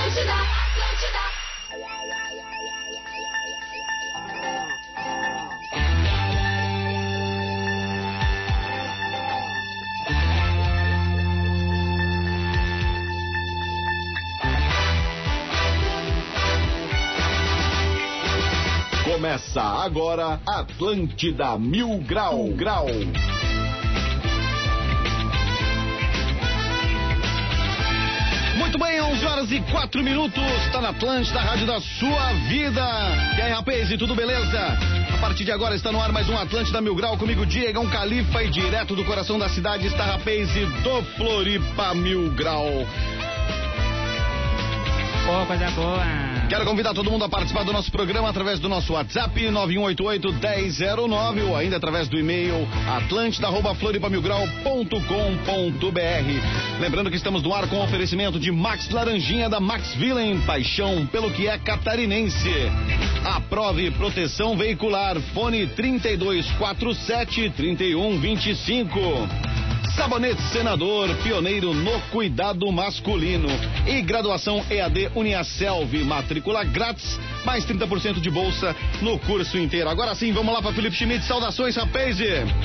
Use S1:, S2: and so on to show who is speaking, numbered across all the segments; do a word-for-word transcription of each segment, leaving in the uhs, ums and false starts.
S1: Atlântida, Atlântida.
S2: Começa agora Atlântida Mil Grau Grau. Muito bem, onze horas e quatro minutos, está na Atlântida, a rádio da sua vida. E aí, rapaz, e tudo beleza? A partir de agora está no ar mais um Atlântida Mil Grau, comigo Diegão Califa, e direto do coração da cidade está rapaz do Floripa Mil Grau.
S3: Boa, coisa boa.
S2: Quero convidar todo mundo a participar do nosso programa através do nosso WhatsApp nove um oito oito, um zero zero nove ou ainda através do e-mail atlântida arroba floripamilgrau ponto com ponto br. Lembrando que estamos no ar com oferecimento de Max Laranjinha da Max Villain, paixão pelo que é catarinense. Aprove proteção veicular, fone trinta e dois quarenta e sete, trinta e um vinte e cinco. Sabonete Senador, pioneiro no cuidado masculino. E graduação E A D Uniaselv, matrícula grátis, mais trinta por cento de bolsa no curso inteiro. Agora sim, vamos lá para Felipe Schmidt. Saudações, rapaz!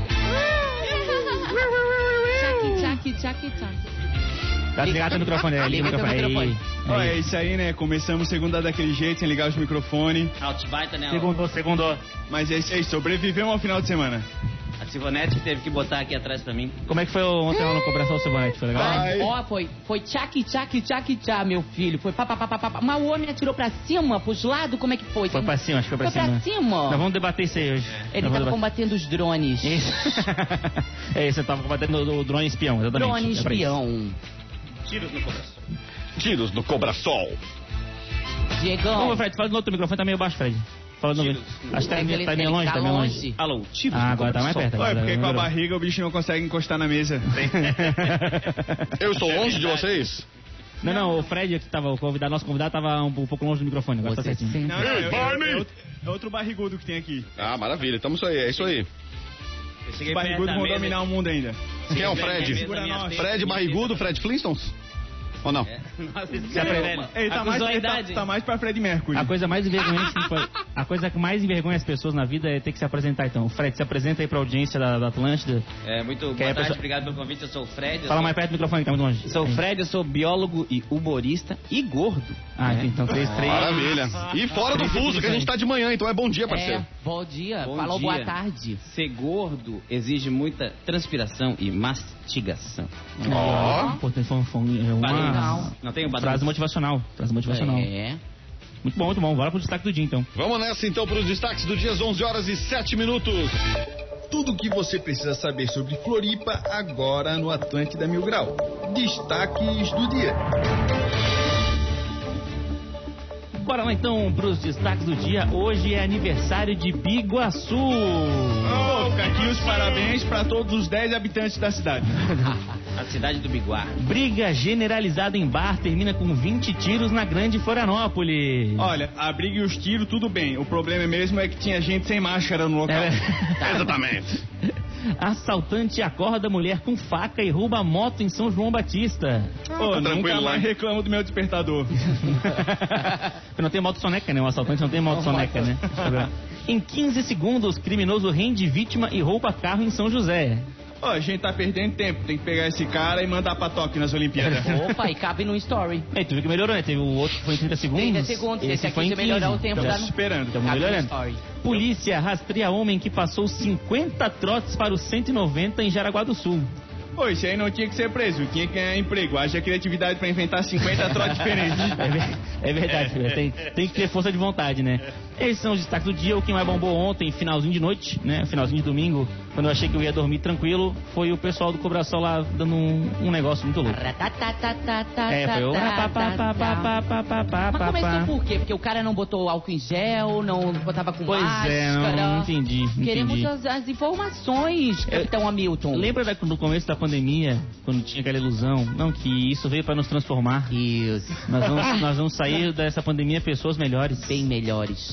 S4: Tchaki, tchaki, tchaki.
S3: Tá ligado o microfone, né? Liga o microfone.
S5: Ó, é isso aí, né? Começamos segunda daquele jeito, sem ligar os microfones.
S6: Altos baita, né?
S3: Segundou, segundou.
S5: Mas é isso aí, sobrevivemos ao final de semana.
S6: A Sivonete teve que botar aqui atrás pra mim.
S3: Como é que foi ontem lá no Cobração, Sivonete? Foi legal?
S4: Ai, ó, foi, foi tchaki, tchaki, tchaki, tchá, meu filho. Foi pá, pá, pá, pá, pá. Mas o homem atirou pra cima, pros lados, como é que foi?
S3: Foi pra cima, acho que foi pra
S4: foi
S3: cima.
S4: Foi pra cima?
S3: Nós vamos debater isso aí hoje.
S4: Ele tava combatendo os drones.
S3: Isso. É isso, você tava combatendo o drone espião, exatamente.
S4: Drone espião.
S3: É
S6: Tiros no coração.
S2: Tiros no Cobrasol.
S4: Diegão.
S3: Ô, Fred, fala de novo, o microfone tá meio baixo, Fred. Fala de novo. Acho que tá,
S4: ele,
S3: tá meio longe, tá,
S4: tá
S3: meio
S4: longe.
S3: longe.
S6: Alô, tiros
S3: Ah,
S6: no
S3: agora tá mais perto.
S5: Olha, porque com a
S3: melhorou.
S5: barriga o bicho não consegue encostar na mesa.
S2: Eu estou longe de vocês?
S3: Não, não, o Fred que tava, o convidado, nosso convidado tava um, um pouco longe do microfone, agora tá
S4: Você
S3: certinho.
S4: sempre-
S5: Não, não,
S2: Ei,
S5: é,
S2: Barney!
S5: é, outro, é outro barrigudo que tem aqui.
S2: Ah, maravilha, estamos aí, é isso aí.
S6: Eu
S5: Os
S6: cheguei perto
S5: barrigudos
S6: da
S5: vão
S6: mesa.
S5: dominar o mundo ainda.
S2: Quem é o
S6: Cheguei perto da
S2: Fred?
S6: mesa,
S5: Segura
S6: minha
S5: nós.
S6: testa-
S2: Fred
S6: minha
S2: Barrigudo,
S6: testa-
S2: Fred Flintstones? Ou não?
S6: É. Nossa, esse
S3: Se
S6: cara
S3: apre-
S6: é uma-
S5: Ele tá mais,
S6: acusou a
S5: ele tá,
S6: idade.
S5: tá mais pra Fred Mercury.
S3: A coisa mais envergonhante que pode- a coisa que mais envergonha as pessoas na vida é ter que se apresentar, então. Fred, se apresenta aí pra audiência da, da Atlântida.
S6: É, muito boa
S3: Quer a
S6: tarde,
S3: pessoa-
S6: obrigado pelo convite. Eu sou o Fred. eu
S3: Fala
S6: sou...
S3: mais perto do microfone, que tá muito longe.
S6: Sou o
S3: Aí.
S6: Fred, eu sou biólogo e humorista e gordo.
S3: Ah,
S6: né?
S3: então três, três.
S2: Maravilha. E fora do fuso, que a gente tá de manhã, então é bom dia, parceiro.
S4: É, bom dia.
S6: Bom
S4: Falou
S6: dia.
S4: boa tarde.
S6: Ser gordo exige muita transpiração e mastigação.
S2: Ó.
S3: Pô, tem fom- fom- é uma
S4: Legal.
S6: Não tem o
S3: frase motivacional. Frase motivacional.
S4: É.
S3: Muito bom, muito bom. Bora pro destaque do dia, então.
S2: Vamos nessa então para os destaques do dia, às onze horas e sete minutos.
S7: Tudo o que você precisa saber sobre Floripa agora no Atlântida Mil Grau. Destaques do dia.
S3: Bora lá então pros destaques do dia. Hoje é aniversário de Biguaçu.
S5: Oh, aqui os parabéns pra todos os dez habitantes da cidade.
S6: A cidade do Biguá.
S3: Briga generalizada em bar termina com vinte tiros na Grande Florianópolis.
S5: Olha, a briga e os tiros, tudo bem. O problema mesmo é que tinha gente sem máscara no local.
S3: É.
S2: Exatamente.
S3: Assaltante acorda mulher com faca e rouba a moto em São João Batista.
S5: Ô, nunca
S2: tranquilo,
S5: mais
S2: né?
S5: reclamo do meu despertador.
S3: Não tem moto soneca, né? O assaltante não tem moto soneca, né? Em quinze segundos, criminoso rende vítima e rouba carro em São José.
S5: Ó, a gente tá perdendo tempo. Tem que pegar esse cara e mandar pra Tóquio nas Olimpíadas.
S4: Opa, e cabe no story.
S3: É, tu viu que melhorou, né? Teve o outro que foi em trinta segundos.
S4: trinta segundos, esse aqui
S3: foi em
S4: já melhorou
S3: quinze.
S4: o tempo
S3: Então,
S4: da-
S5: Estamos esperando.
S3: Estamos
S4: Cabe no
S3: melhorando.
S4: story.
S3: Polícia rastreia homem que passou cinquenta trotes para o cento e noventa em Jaraguá do Sul.
S5: Pô, esse aí não tinha que ser preso, tinha que ganhar emprego. Haja criatividade pra inventar cinquenta trotes diferentes.
S3: É, ver- é verdade, filho. Tem, tem que ter força de vontade, né? Esses são os destaques do dia. O que mais bombou ontem, finalzinho de noite, né? Finalzinho de domingo, quando eu achei que eu ia dormir tranquilo, foi o pessoal do Cobrasol lá dando um, um negócio muito louco. É, foi o...
S4: Mas começou por quê? Porque o cara não botou álcool em gel, não botava com
S3: Pois
S4: máscara.
S3: é, não, não entendi, não
S4: Queremos
S3: entendi.
S4: as, as informações, Capitão Hamilton.
S3: Lembra da, no começo da pandemia, quando tinha aquela ilusão? Não, que isso veio para nos transformar.
S4: Isso.
S3: Nós vamos, nós vamos sair dessa pandemia pessoas melhores.
S4: Bem melhores.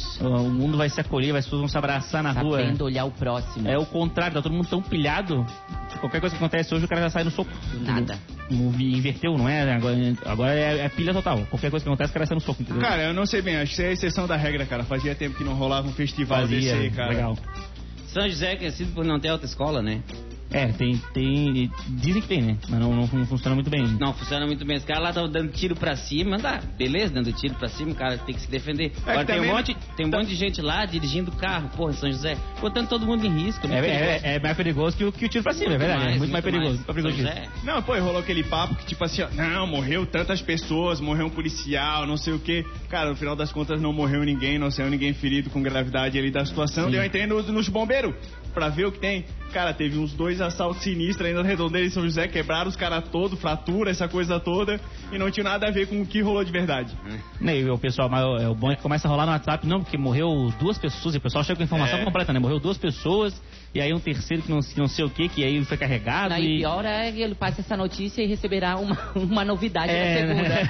S3: O mundo vai se acolher, as pessoas vão se abraçar na rua.
S4: Sabendo olhar o próximo.
S3: É o contrário, tá todo mundo tão pilhado. Qualquer coisa que acontece hoje, o cara já sai no soco.
S4: Do nada.
S3: Inverteu, não é? Agora, agora é, é pilha total. Qualquer coisa que acontece, o cara sai no soco, entendeu?
S5: Cara, eu não sei bem, acho que isso é a exceção da regra, cara. Fazia tempo que não rolava um festival
S3: Fazia,
S5: desse aí, cara.
S3: legal.
S6: São José é conhecido por não ter autoescola, né?
S3: É, tem, tem. Dizem que tem, né? Mas não, não, não funciona muito bem.
S6: Não, funciona muito bem. Os caras lá estavam dando tiro pra cima, tá? Beleza, dando tiro pra cima, o cara tem que se defender.
S5: É
S6: Agora
S5: que
S6: tem um,
S5: também-
S6: monte, tem um monte de gente lá dirigindo carro, porra, em São José, botando todo mundo em risco.
S3: É,
S6: muito perigoso.
S3: é, é mais perigoso que o, que o tiro pra cima, é verdade. É muito mais perigoso. Muito mais perigoso
S6: São
S3: que isso.
S6: José.
S5: Não, pô, e rolou aquele papo que tipo assim, ó, não, morreu tantas pessoas, morreu um policial, não sei o quê. Cara, no final das contas não morreu ninguém, não saiu ninguém ferido com gravidade ali da situação.
S3: Sim.
S5: E eu entrei nos, nos bombeiros pra ver o que tem. Cara, teve uns dois assaltos sinistros ainda na Redondeira em São José, quebraram os caras todos, fratura, essa coisa toda, e não tinha nada a ver com o que rolou de verdade.
S3: Né, e o pessoal, mas é o bom é que começa a rolar no WhatsApp, não, porque morreu duas pessoas, e o pessoal chega com a informação
S5: É.
S3: completa, né? Morreu duas pessoas, e aí um terceiro que não, que não sei o que, que aí foi carregado.
S4: Não, e
S3: e
S4: pior é que ele passa essa notícia e receberá uma, uma novidade
S3: É,
S4: na segunda.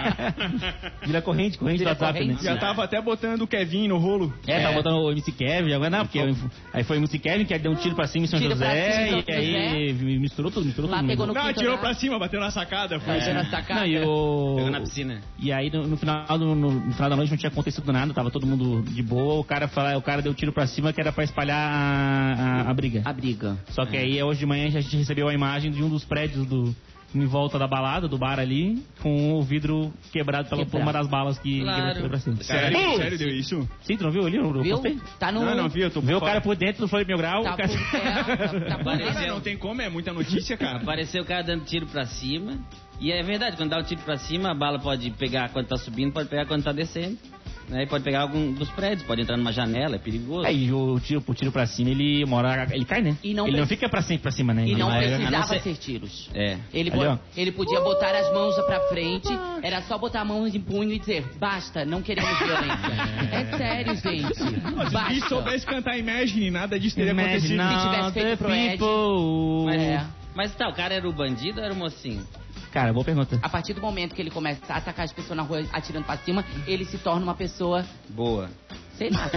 S3: né? Vira corrente, corrente
S4: Vira
S3: do WhatsApp,
S4: corrente.
S3: né?
S5: Já tava até botando o Kevin no rolo.
S3: É, tava botando o M C Kevin, agora não, porque aí foi o M C Kevin que aí deu um tiro pra cima em São
S4: Tiro pra
S3: José,
S4: cima em São
S3: e aí misturou tudo, misturou
S4: Lá
S3: tudo.
S4: pegou no
S5: Não,
S4: quinto
S5: atirou
S4: andar.
S5: pra cima, bateu na sacada. Foi
S4: Bateu
S5: assim.
S4: na sacada.
S3: Não, e o...
S6: Pegou na piscina.
S3: E aí no, no final do, no, no final da noite não tinha acontecido nada, tava todo mundo de boa, o cara, fala, o cara deu tiro pra cima que era pra espalhar a, a, a briga.
S4: A briga.
S3: Só que aí hoje de manhã a gente recebeu a imagem de um dos prédios do, em volta da balada, do bar ali, com o vidro quebrado pela, por
S4: Quebrado.
S3: uma das balas que
S6: Claro.
S3: que deu pra cima.
S5: Sério,
S3: Cara,
S5: sério deu isso?
S3: Sim, tu não viu ali? Eu, eu
S4: Viu?
S3: postei.
S4: Tá no...
S5: Não, não vi, eu tô por
S3: Vê o
S5: fora.
S3: cara por dentro do Floripa Mil Grau.
S4: Tá
S3: o cara...
S4: por... é, tá, tá por
S6: Apareceu.
S5: Cara, não tem como, é muita notícia, cara.
S6: Apareceu o cara dando tiro pra cima. E é verdade, quando dá o tiro pra cima, a bala pode pegar quando tá subindo, pode pegar quando tá descendo. Né? E pode pegar algum dos prédios, pode entrar numa janela, é perigoso.
S3: Aí o tiro, o tiro pra cima, ele mora, ele cai, né?
S4: E não
S3: ele não
S4: preci-
S3: fica pra sempre pra cima, né?
S4: E não
S3: Ele vai-
S4: precisava
S6: a não ser-
S4: ser tiros.
S6: É.
S4: Ele,
S3: Ali,
S4: po-
S3: ó.
S4: ele podia botar as mãos pra frente, era só botar a mão em punho e dizer, basta, não queremos violência. É sério, gente.
S5: Se ele
S4: Basta.
S5: soubesse cantar Imagine, nada disso teria acontecido.
S3: Imagine
S4: Se tivesse
S3: all
S4: feito
S3: the
S4: pro Ed.
S3: people.
S6: Mas,
S4: É.
S6: mas tá, o cara era o bandido ou era o mocinho?
S3: Cara, boa pergunta.
S4: A partir do momento que ele começa a atacar as pessoas na rua atirando pra cima, ele se torna uma pessoa,
S6: Boa.
S4: sei lá,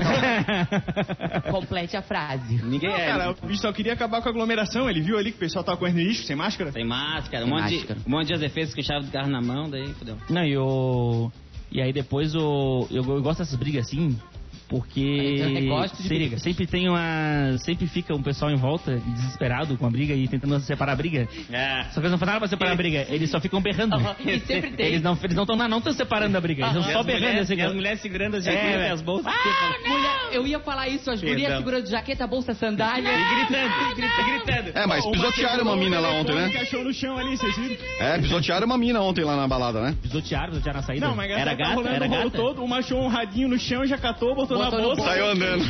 S4: só complete a frase.
S6: Ninguém
S5: Não,
S6: é.
S5: cara, o bicho só queria acabar com a aglomeração. Ele viu ali que o pessoal tava correndo risco, sem máscara.
S6: Tem máscara, um
S4: Tem
S6: monte,
S4: máscara.
S6: De, um monte de efeitos com chave do carro na mão, daí fodeu.
S3: Não, e o... E aí depois o... Eu, eu gosto dessas brigas assim, porque...
S4: Eu também gosto de
S3: se
S4: briga.
S3: liga, sempre tem uma... Sempre fica um pessoal em volta, desesperado com a briga e tentando separar a briga.
S6: É.
S3: Só que eles não fazem nada pra separar a briga, eles só ficam berrando.
S4: Aham, e sempre tem.
S3: Eles não eles não estão não estão separando a briga, eles
S4: Aham.
S3: estão só
S6: as
S3: berrando.
S6: mulheres,
S3: assim,
S6: e as mulheres segurando as jaquetas
S3: É,
S6: e as bolsas.
S4: Mulher, eu ia falar isso, as gurias
S6: Perdão.
S4: segurando jaqueta, bolsa, sandália.
S6: E gritando, gritando, gritando.
S2: É, mas
S5: Uma
S2: pisotearam
S5: quebrou
S2: uma
S5: o
S2: mina lá
S5: telefone
S2: ontem,
S5: que
S2: né?
S5: achou no chão ali, vocês viram?
S2: É, pisotearam uma mina ontem lá na balada, né?
S3: Pisotearam, pisotearam na saída.
S5: Não, mas a
S6: Era
S5: galera tá
S6: gata?
S5: rolando
S6: Era
S5: o rolo
S6: gata?
S5: todo, uma achou um radinho no chão, já catou, botou,
S4: Botou
S5: na
S4: no
S5: bolsa.
S4: bolso.
S2: Saiu andando.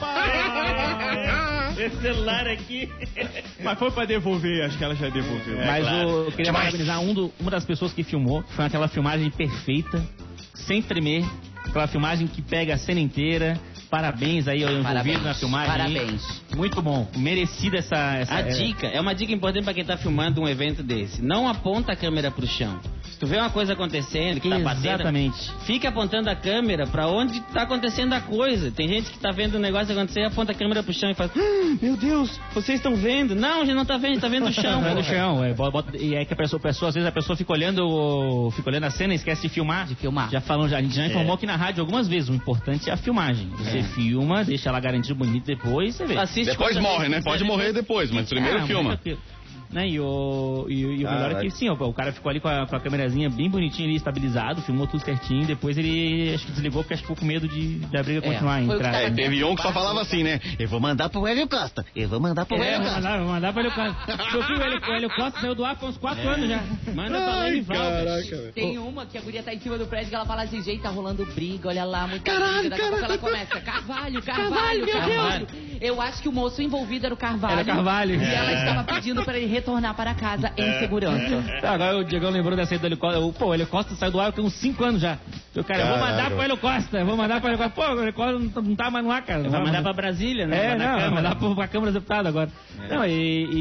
S5: Opa!
S6: Esse celular aqui.
S5: Mas foi pra devolver, acho que ela já devolveu.
S6: É,
S3: Mas
S6: claro.
S3: o, eu queria
S2: Demais.
S3: parabenizar um do- uma das pessoas que filmou, que foi aquela filmagem perfeita, sem tremer, aquela filmagem que pega a cena inteira. Parabéns aí ao envolvido
S4: Parabéns,
S3: na filmagem.
S4: parabéns.
S3: Muito bom, merecida essa... essa
S6: A
S3: é,
S6: dica, é uma dica importante pra quem tá filmando um evento desse. Não aponta a câmera pro chão. Se tu vê uma coisa acontecendo, que tá batendo,
S3: Exatamente.
S6: fica apontando a câmera pra onde tá acontecendo a coisa. Tem gente que tá vendo o negócio acontecer e aponta a câmera pro chão e fala: "Ah, meu Deus, vocês estão vendo?" Não, a gente não tá vendo, a gente tá vendo o chão.
S3: Não é no
S6: porra.
S3: chão, é, bota- bota- e é que a pessoa, a pessoa, às vezes a pessoa fica olhando, o- fica olhando a cena e esquece de filmar.
S4: De filmar.
S3: Já falam, já, a gente já
S6: É.
S3: informou aqui na rádio algumas vezes, o importante é a filmagem. Você filma, deixa ela garantida bonito, depois você vê.
S6: Assiste
S2: Depois
S6: quantas
S2: morre,
S6: vezes
S2: né?
S6: quiser,
S2: Pode morrer depois, mas primeiro
S3: Ah, mas
S2: filma.
S3: é tranquilo. Né? E o, e, o- e o melhor é
S2: Caraca.
S3: que sim, o, o cara ficou ali com a, com a câmerazinha bem bonitinha ali, estabilizado, filmou tudo certinho, depois ele acho que desligou porque acho que ficou com medo de, da briga
S4: É,
S3: continuar.
S4: foi o que
S3: Entrar.
S4: tava
S2: É, teve um que só falava assim, né? Eu vou mandar pro Hélio Costa. Eu vou mandar pro
S3: É,
S2: Hélio
S3: vou
S2: Costa.
S3: mandar, vou mandar pra ele Costa. Seu filho, ele, o Hélio Costa saiu do ar há uns quatro anos já.
S6: Manda pra Lane Valves.
S2: velho.
S4: Tem uma que a guria tá em cima do prédio que ela fala assim, gente, tá rolando briga, olha lá, muita
S2: Caralho,
S4: briga. Daqui a pouco
S2: caralho.
S4: ela começa, Carvalho, Carvalho,
S3: meu
S4: Carvalho. Eu acho que o moço envolvido era o Carvalho.
S3: Era Carvalho.
S4: E
S3: É.
S4: ela estava pedindo pra ele retornar para casa em segurança.
S3: Agora o Diego lembrou dessa aí do helicóptero. Pô, o helicóptero saiu do ar tem uns cinco anos já. Eu, cara, eu vou mandar pro helicóptero, eu vou mandar pro helicóptero. Pô, o helicóptero não, não tá mais no ar, cara.
S6: Vai mandar pra Brasília, né?
S3: É,
S6: vai
S3: não, vai mandar
S6: Câmara.
S3: pra, pra Câmara dos Deputados agora. É. Não,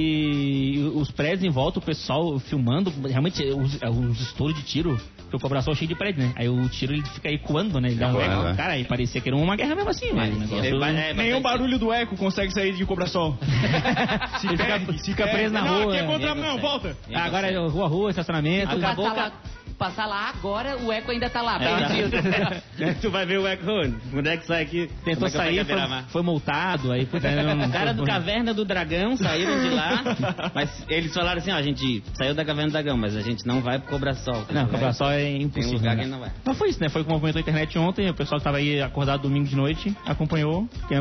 S3: e, e os prédios em volta, o pessoal filmando, realmente, os, os estouros de tiro, porque o Cobração é cheio de prédio, né? Aí o tiro, ele fica ecoando, né? Ele dá um
S2: É,
S3: eco.
S2: né?
S3: Cara, aí parecia que era uma guerra mesmo assim, mas o negócio...
S6: Vai- é, vai-
S5: Nenhum barulho do eco consegue sair de Cobrasol. Se
S3: Ele fica,
S5: perde, se
S3: fica
S5: perde.
S3: preso na
S5: Não,
S3: rua.
S5: aqui é contra...
S6: Ninguém
S5: Não,
S6: consegue.
S5: volta.
S3: Ah, agora é rua, rua, estacionamento.
S6: Acabou
S4: Passar
S6: ca-
S4: lá, passar lá agora, o eco ainda tá lá,
S6: É,
S4: perdido.
S6: tu vai ver o eco onde? Quando é que sai aqui?
S3: Tentou
S6: Como é que
S3: sair,
S6: vai
S3: foi,
S6: virar
S3: foi multado, aí... Puta, não,
S6: Os caras do Caverna do Dragão saíram de lá, mas eles falaram assim, ó, a gente saiu da Caverna do Dragão, mas a gente não vai pro Cobrasol.
S3: Não, comprar só é
S6: Tem um
S3: impossível.
S6: lugar
S3: né?
S6: que não vai.
S3: Mas foi isso, né? Foi o que movimentou a internet ontem. O pessoal que tava aí acordado domingo de noite acompanhou. Quem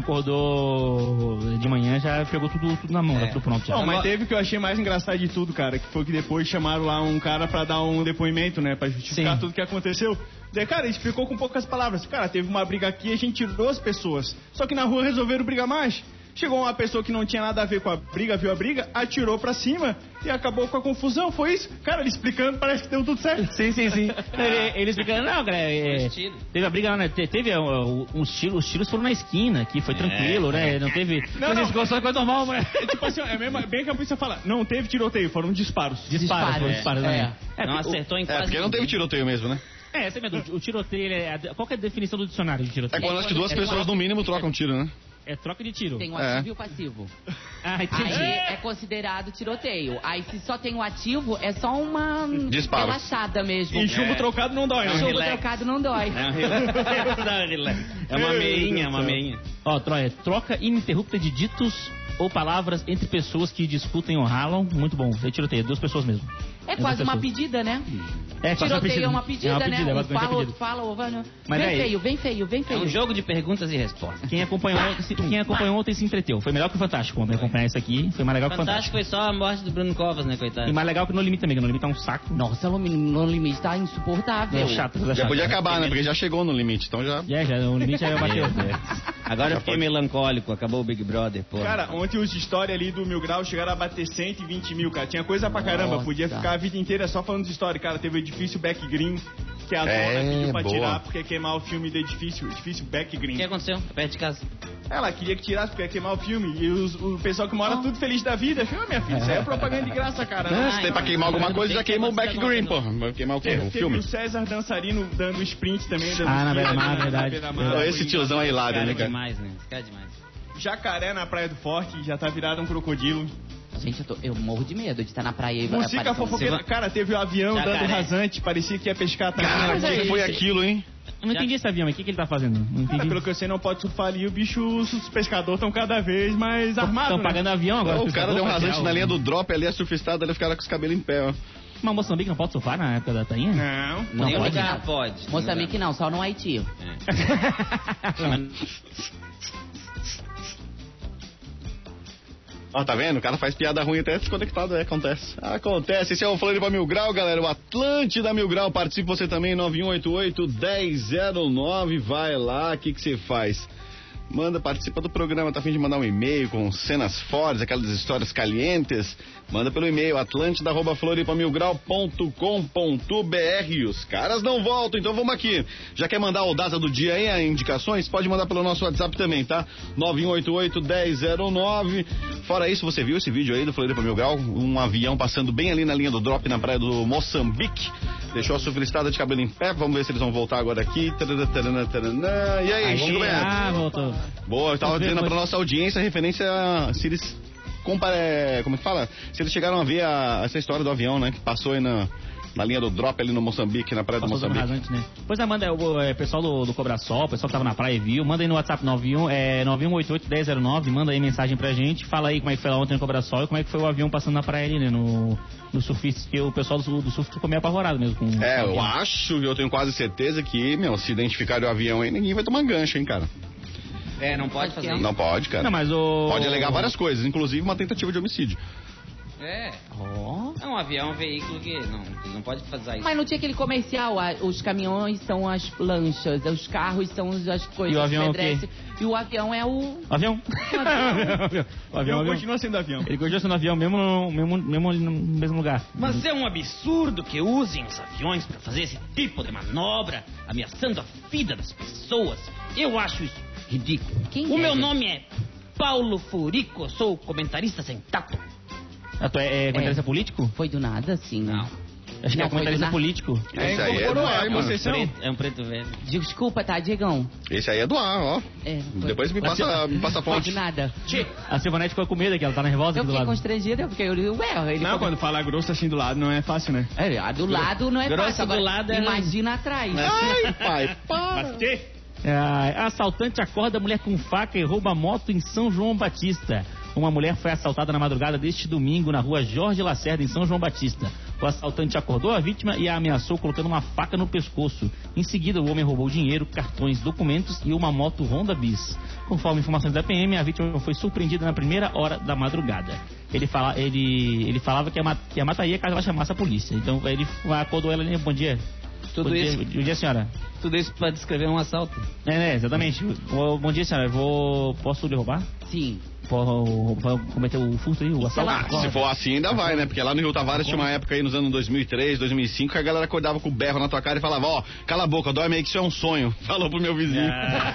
S3: acordou de manhã já pegou tudo, tudo na mão,
S6: É.
S3: tá tudo pronto já.
S5: Não, mas teve o que eu achei mais engraçado de tudo, cara, que foi que depois chamaram lá um cara pra dar um depoimento, né, pra justificar
S3: Sim.
S5: tudo que aconteceu. Daí, cara, ele explicou com poucas palavras. Cara, teve uma briga aqui e a gente tirou as pessoas. Só que na rua resolveram brigar mais. Chegou uma pessoa que não tinha nada a ver com a briga, viu a briga, atirou pra cima e acabou com a confusão. Foi isso. Cara, ele explicando, parece que deu tudo certo.
S3: Sim, sim, sim. Ele, ele explicando, não, cara, é,
S6: Os tiros.
S3: teve a briga lá, né? Te- Teve uh, uns tiros, os tiros foram na esquina, que foi tranquilo, né? Não teve.
S5: Não,
S3: Mas
S5: não.
S3: ficou só coisa normal, mas.
S5: É tipo assim, ó, é mesmo, bem que a polícia fala, não teve tiroteio, foram disparos.
S3: Disparos, foram
S4: É.
S3: disparos,
S4: É.
S3: né? É,
S6: Não
S3: o-
S6: acertou em
S2: É,
S6: quase
S2: porque não teve
S6: ninguém.
S2: tiroteio mesmo, né?
S3: É, você mesmo, o tiroteio, ele é, qual que é a definição do dicionário de
S2: É
S3: tiroteio?
S2: quando acho que duas
S4: É
S2: pessoas
S4: quando-
S2: no mínimo trocam tiro, né?
S3: É troca de tiro.
S4: Tem o
S2: É.
S4: ativo e o passivo.
S3: Ah, entendi.
S4: Aí é considerado tiroteio. Aí se só tem o ativo, é só uma
S2: Disparo.
S4: relaxada mesmo.
S5: E chumbo
S6: É.
S5: trocado não dói, né?
S4: Chumbo
S6: relax.
S4: trocado não dói.
S6: É um relax. É uma meinha, uma meinha.
S3: Ó, Troia, troca ininterrupta de ditos ou palavras entre pessoas que discutem ou ralam. Muito bom. É tiroteio, duas pessoas mesmo.
S4: É
S3: duas
S4: quase uma
S3: pessoas.
S4: pedida, né?
S3: É, quase
S4: Tiroteio é uma pedida,
S3: é uma
S4: né?
S3: pedida,
S4: Um
S3: basicamente é
S4: fala,
S3: uma
S4: outro
S3: pedida.
S4: fala, outro vai.
S3: Mas
S4: Vem
S3: aí-
S4: feio, vem feio, vem
S6: É
S4: feio.
S6: um jogo de perguntas e respostas.
S3: Quem acompanhou, ontem, quem acompanhou ontem se entreteu. Foi melhor que o Fantástico ontem acompanhar isso aqui. Foi mais legal que o
S6: Fantástico
S3: Fantástico.
S6: foi só a morte do Bruno Covas, né,
S3: E
S6: coitado?
S3: mais legal que o No Limite também, que o No Limite é um saco.
S4: Nossa, no no limite tá insuportável.
S3: É chato, coisa
S2: Já
S3: chata.
S2: podia acabar, né? Porque já chegou no limite, então já...
S3: É, já, o limite já bateu.
S6: Agora eu fiquei melancólico, acabou o Big Brother, pô.
S5: Cara, ontem os de história ali do Mil Grau chegaram a bater cento e vinte mil, cara. Tinha coisa pra caramba,
S4: Nossa.
S5: podia ficar a vida inteira só falando de história. Cara, teve o edifício Back Green, que a
S2: É,
S5: dona pediu pra
S2: boa.
S5: tirar porque ia queimar o filme do edifício, edifício Back
S6: O
S5: Green.
S6: que aconteceu? Perto de casa.
S5: Ela queria que tirasse porque ia queimar o filme. E os- o pessoal que mora tudo feliz da vida. Falei, "Ô, minha filha, isso aí é propaganda de graça, cara.
S2: Ah,
S5: Não,
S2: se tem pra queimar alguma coisa, já queima o Back Green, pô. Vai queimar o quê?
S5: Teve,
S2: O
S5: teve
S2: filme?
S5: o César Dançarino dando sprint também. Dando
S3: Ah, na
S5: tiro
S3: beira-mar,
S5: ali
S3: verdade.
S5: beira-mar.
S2: Pô, esse
S5: Foi
S2: tiozão é hilário,
S5: cara,
S2: né,
S6: É
S2: cara?
S6: demais, né? Esse cara é demais.
S5: Jacaré na Praia do Forte, já tá virado um crocodilo.
S4: Gente, eu, tô- eu morro de medo de estar na praia e
S5: Música
S4: aparecer um-
S5: fofoqueira.
S6: Você-
S5: Cara, teve o avião
S6: Jacaré.
S5: dando rasante, parecia que ia pescar também.
S2: Cara, o
S4: Mas
S2: que
S4: é
S2: que foi
S4: isso.
S2: aquilo, hein?
S3: Eu não entendi esse avião, mas o que, que ele tá fazendo? Não
S5: Cara,
S3: entendi.
S5: pelo que eu sei, não pode surfar ali. O bicho, os pescadores estão cada vez mais armados.
S3: Estão
S5: né?
S3: pagando avião agora.
S2: O
S3: os
S2: cara deu um
S3: pescadores,
S2: rasante
S3: pra
S2: na
S3: tirar
S2: linha
S3: o-
S2: do drop ali, a surfistada ali, ficaram com os cabelos em pé, ó.
S3: Mas Moçambique não pode surfar na época da tainha?
S5: Não.
S3: Não
S6: Nenhum
S3: pode?
S6: lugar pode.
S4: Moçambique não, só no Haiti.
S2: Ó, tá vendo? O cara faz piada ruim até desconectado, é, acontece. Acontece. Esse é o Floripa Mil Grau, galera. O Atlântida Mil Grau. Participe você também, nove um oito oito, um zero zero nove. Vai lá, o que que você faz? Manda, participa do programa, tá a fim de mandar um e-mail com cenas fortes, aquelas histórias calientes. Manda pelo e-mail atlântida arroba floripamilgrau ponto com ponto br. Os caras não voltam, então vamos aqui. Já quer mandar o data do dia aí, as indicações? Pode mandar pelo nosso WhatsApp também, tá? nove um oito oito, um zero zero nove. Fora isso, você viu esse vídeo aí do Floripa Mil Grau? Um avião passando bem ali na linha do drop na praia do Moçambique. Deixou a surfistada de cabelo em pé. Vamos ver se eles vão voltar agora aqui. Tarana, tarana, tarana. E aí,
S3: Aí,
S2: Chico Bento?
S3: ah, voltou.
S2: Boa, eu tava
S3: Vamos ver,
S2: dizendo pra
S3: mas-
S2: nossa audiência a referência a- se eles compare, como é que fala? Se eles chegaram a ver a- essa história do avião, né? Que passou aí na, na linha do drop ali no Moçambique, na praia do
S3: Passou dando
S2: Moçambique.
S3: rasante, né? Pois é, manda o é, pessoal do, do Cobrasol, o pessoal que tava na praia e viu, manda aí no WhatsApp nove um, é, nove um oito oito, um zero zero nove, manda aí mensagem pra gente, fala aí como é que foi lá ontem no Cobrasol e como é que foi o avião passando na praia ali, né? No, no surfista, que o pessoal do, do surf ficou meio apavorado mesmo com
S2: É,
S3: com o
S2: eu
S3: avião.
S2: acho, eu tenho quase certeza que, meu, se identificarem o avião aí, ninguém vai tomar gancho, hein, cara?
S6: É, não pode fazer isso.
S2: Não pode, cara.
S3: Não, mas o...
S2: Pode alegar várias coisas, inclusive uma tentativa de homicídio.
S6: É.
S3: Ó.
S6: É um avião, um veículo que não, ele não pode fazer isso.
S4: Mas não tinha aquele comercial, a- os caminhões são as lanchas, os carros são as coisas
S3: E o avião é o quê?
S4: pedestres, e o avião é o...
S3: Avião.
S5: O
S3: o
S5: avião
S3: avião.
S5: continua sendo avião.
S3: Ele continua sendo avião mesmo no mesmo, mesmo, ali no mesmo lugar.
S6: Mas é um absurdo que usem os aviões para fazer esse tipo de manobra, ameaçando a vida das pessoas. Eu acho isso ridículo.
S4: Quem
S6: o
S4: é,
S6: meu
S4: gente?
S6: nome é Paulo Furico, sou comentarista sem tato.
S3: Ah, tu é, é comentarista político?
S4: Foi do nada, assim.
S6: Não.
S3: Acho que
S4: Não,
S3: é
S4: foi
S3: comentarista
S4: do na-
S3: político.
S5: É,
S2: Esse aí é
S5: incorporou
S2: do
S5: a
S2: ar, mano.
S5: concessão.
S6: Preto- é um preto velho.
S4: Desculpa, tá, Diegão?
S2: Esse aí é do ar, ó.
S4: É, foi-
S2: Depois me passa, me passa a
S4: Foi
S2: fonte.
S4: de nada.
S3: A Silvanete ficou com medo, que ela tá nervosa
S4: Eu
S3: aqui do
S4: fiquei
S3: lado.
S4: constrangida, porque eu... Ué, ele...
S5: Não, quando fala grosso assim do lado não é fácil, né?
S4: É, a do lado não é
S6: Grosso
S4: fácil.
S6: do
S4: Agora,
S6: lado é-
S4: imagina atrás.
S2: Ai, pai, para.
S3: É, assaltante acorda a mulher com faca e rouba moto em São João Batista. Uma mulher foi assaltada na madrugada deste domingo na rua Jorge Lacerda, em São João Batista. O assaltante acordou a vítima e a ameaçou colocando uma faca no pescoço. Em seguida, o homem roubou dinheiro, cartões, documentos e uma moto Honda Bis. Conforme informações da P M, a vítima foi surpreendida na primeira hora da madrugada. Ele, fala, ele, ele falava que a, ma- que a mataria caso ela chamasse a polícia. Então ele acordou ela e bom dia.
S6: Tudo
S3: bom
S6: isso,
S3: Dia, bom dia, senhora.
S6: tudo isso para descrever um assalto.
S3: É, né, exatamente. Ô, bom dia, senhora. Eu vou... Posso lhe roubar?
S4: Sim.
S3: Posso cometer o furto aí, o assalto?
S2: Ah, se for assim ainda vai, né? Porque lá no Rio Tavares tinha uma época aí nos anos dois mil e três, dois mil e cinco que a galera acordava com o berro na tua cara e falava, ó, cala a boca, dorme aí que isso é um sonho. Falou pro meu vizinho.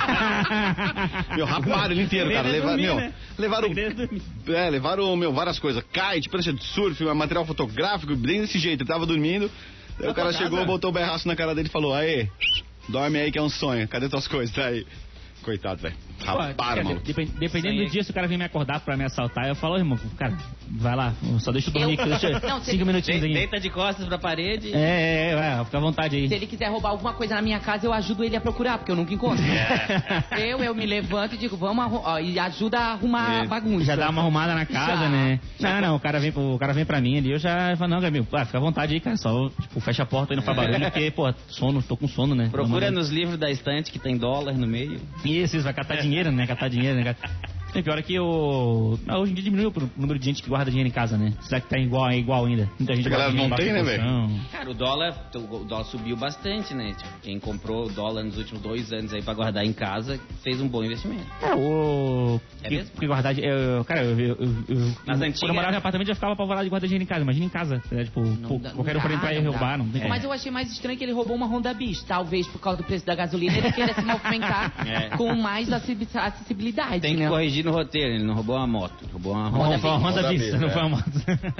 S2: Meu, raparam ele inteiro, cara.
S3: Segredo é
S2: Levaram,
S3: dormir,
S2: meu,
S3: né?
S2: levaram,
S3: Segredo é dormir.
S2: é, levaram, meu, várias coisas. Kite, prancha de surf, material fotográfico, bem desse jeito. Ele tava dormindo, aí o cara chegou, botou o berraço na cara dele e falou, aê, dorme aí que é um sonho. Cadê tuas coisas? Tá aí. Coitado, velho. Raparam, mano.
S3: Depend- Dependendo
S6: Sim.
S3: do dia, se o cara vem me acordar pra me assaltar, eu falo, irmão, cara, vai lá, só deixa eu dormir,
S4: Eu-
S3: aqui, deixa
S4: Não, se
S3: cinco
S4: ele-
S3: minutinhos
S6: De-
S3: aqui.
S6: Deita de costas pra parede.
S3: É, é, é, vai, fica à vontade aí.
S4: Se ele quiser roubar alguma coisa na minha casa, eu ajudo ele a procurar, porque eu nunca encontro. Eu, eu me levanto e digo, vamos arru- ó, e ajuda a arrumar
S3: É,
S4: a bagunça.
S3: Já dá uma arrumada na casa,
S4: Já.
S3: né? Não, não, o cara vem, pro- o cara vem pra mim ali, eu já falo, não, Gabriel, ah, fica à vontade aí, cara, só, tipo, fecha a porta aí, não faz barulho, porque, pô, sono, tô com sono, né?
S6: Procura
S3: Não-
S6: nos livros da estante que tem dólar no meio.
S3: Isso, isso, vai catar dinheiro, né? Catar dinheiro, né? E pior é que o... ah, hoje em dia diminuiu o número de gente que guarda dinheiro em casa, né? Será que tá igual, é igual ainda? Muita gente
S2: A galera
S3: guarda
S2: não
S3: dinheiro
S2: tem,
S3: embaixo
S2: né,
S3: do colchão.
S6: Cara, o dólar, o dólar subiu bastante, né? Tipo, quem comprou o dólar nos últimos dois anos aí pra guardar em casa fez um bom investimento.
S3: É, o...
S6: É
S3: que-
S6: mesmo?
S3: Porque guardar... Eu, cara, eu... eu, eu, eu
S6: Nas
S3: quando
S6: antigas-
S3: eu morava em apartamento, eu ficava apavorado de guardar dinheiro em casa. Imagina em casa. É, tipo, pô,
S4: dá-
S3: qualquer um
S4: dá,
S3: pra entrar e
S4: não
S3: roubar,
S4: dá.
S3: não tem como.
S4: Mas eu achei mais estranho que ele roubou uma Honda Bis. Talvez por causa do preço da gasolina ele queira se movimentar
S6: É.
S4: com mais acessi- acessibilidade,
S6: Tem que
S4: né?
S6: corrigir no roteiro, ele não roubou uma moto, ele roubou uma
S3: Não,
S6: Honda.
S3: foi uma Honda
S2: Honda
S3: Bis,
S2: Bis,
S3: não
S2: é.
S3: foi uma moto.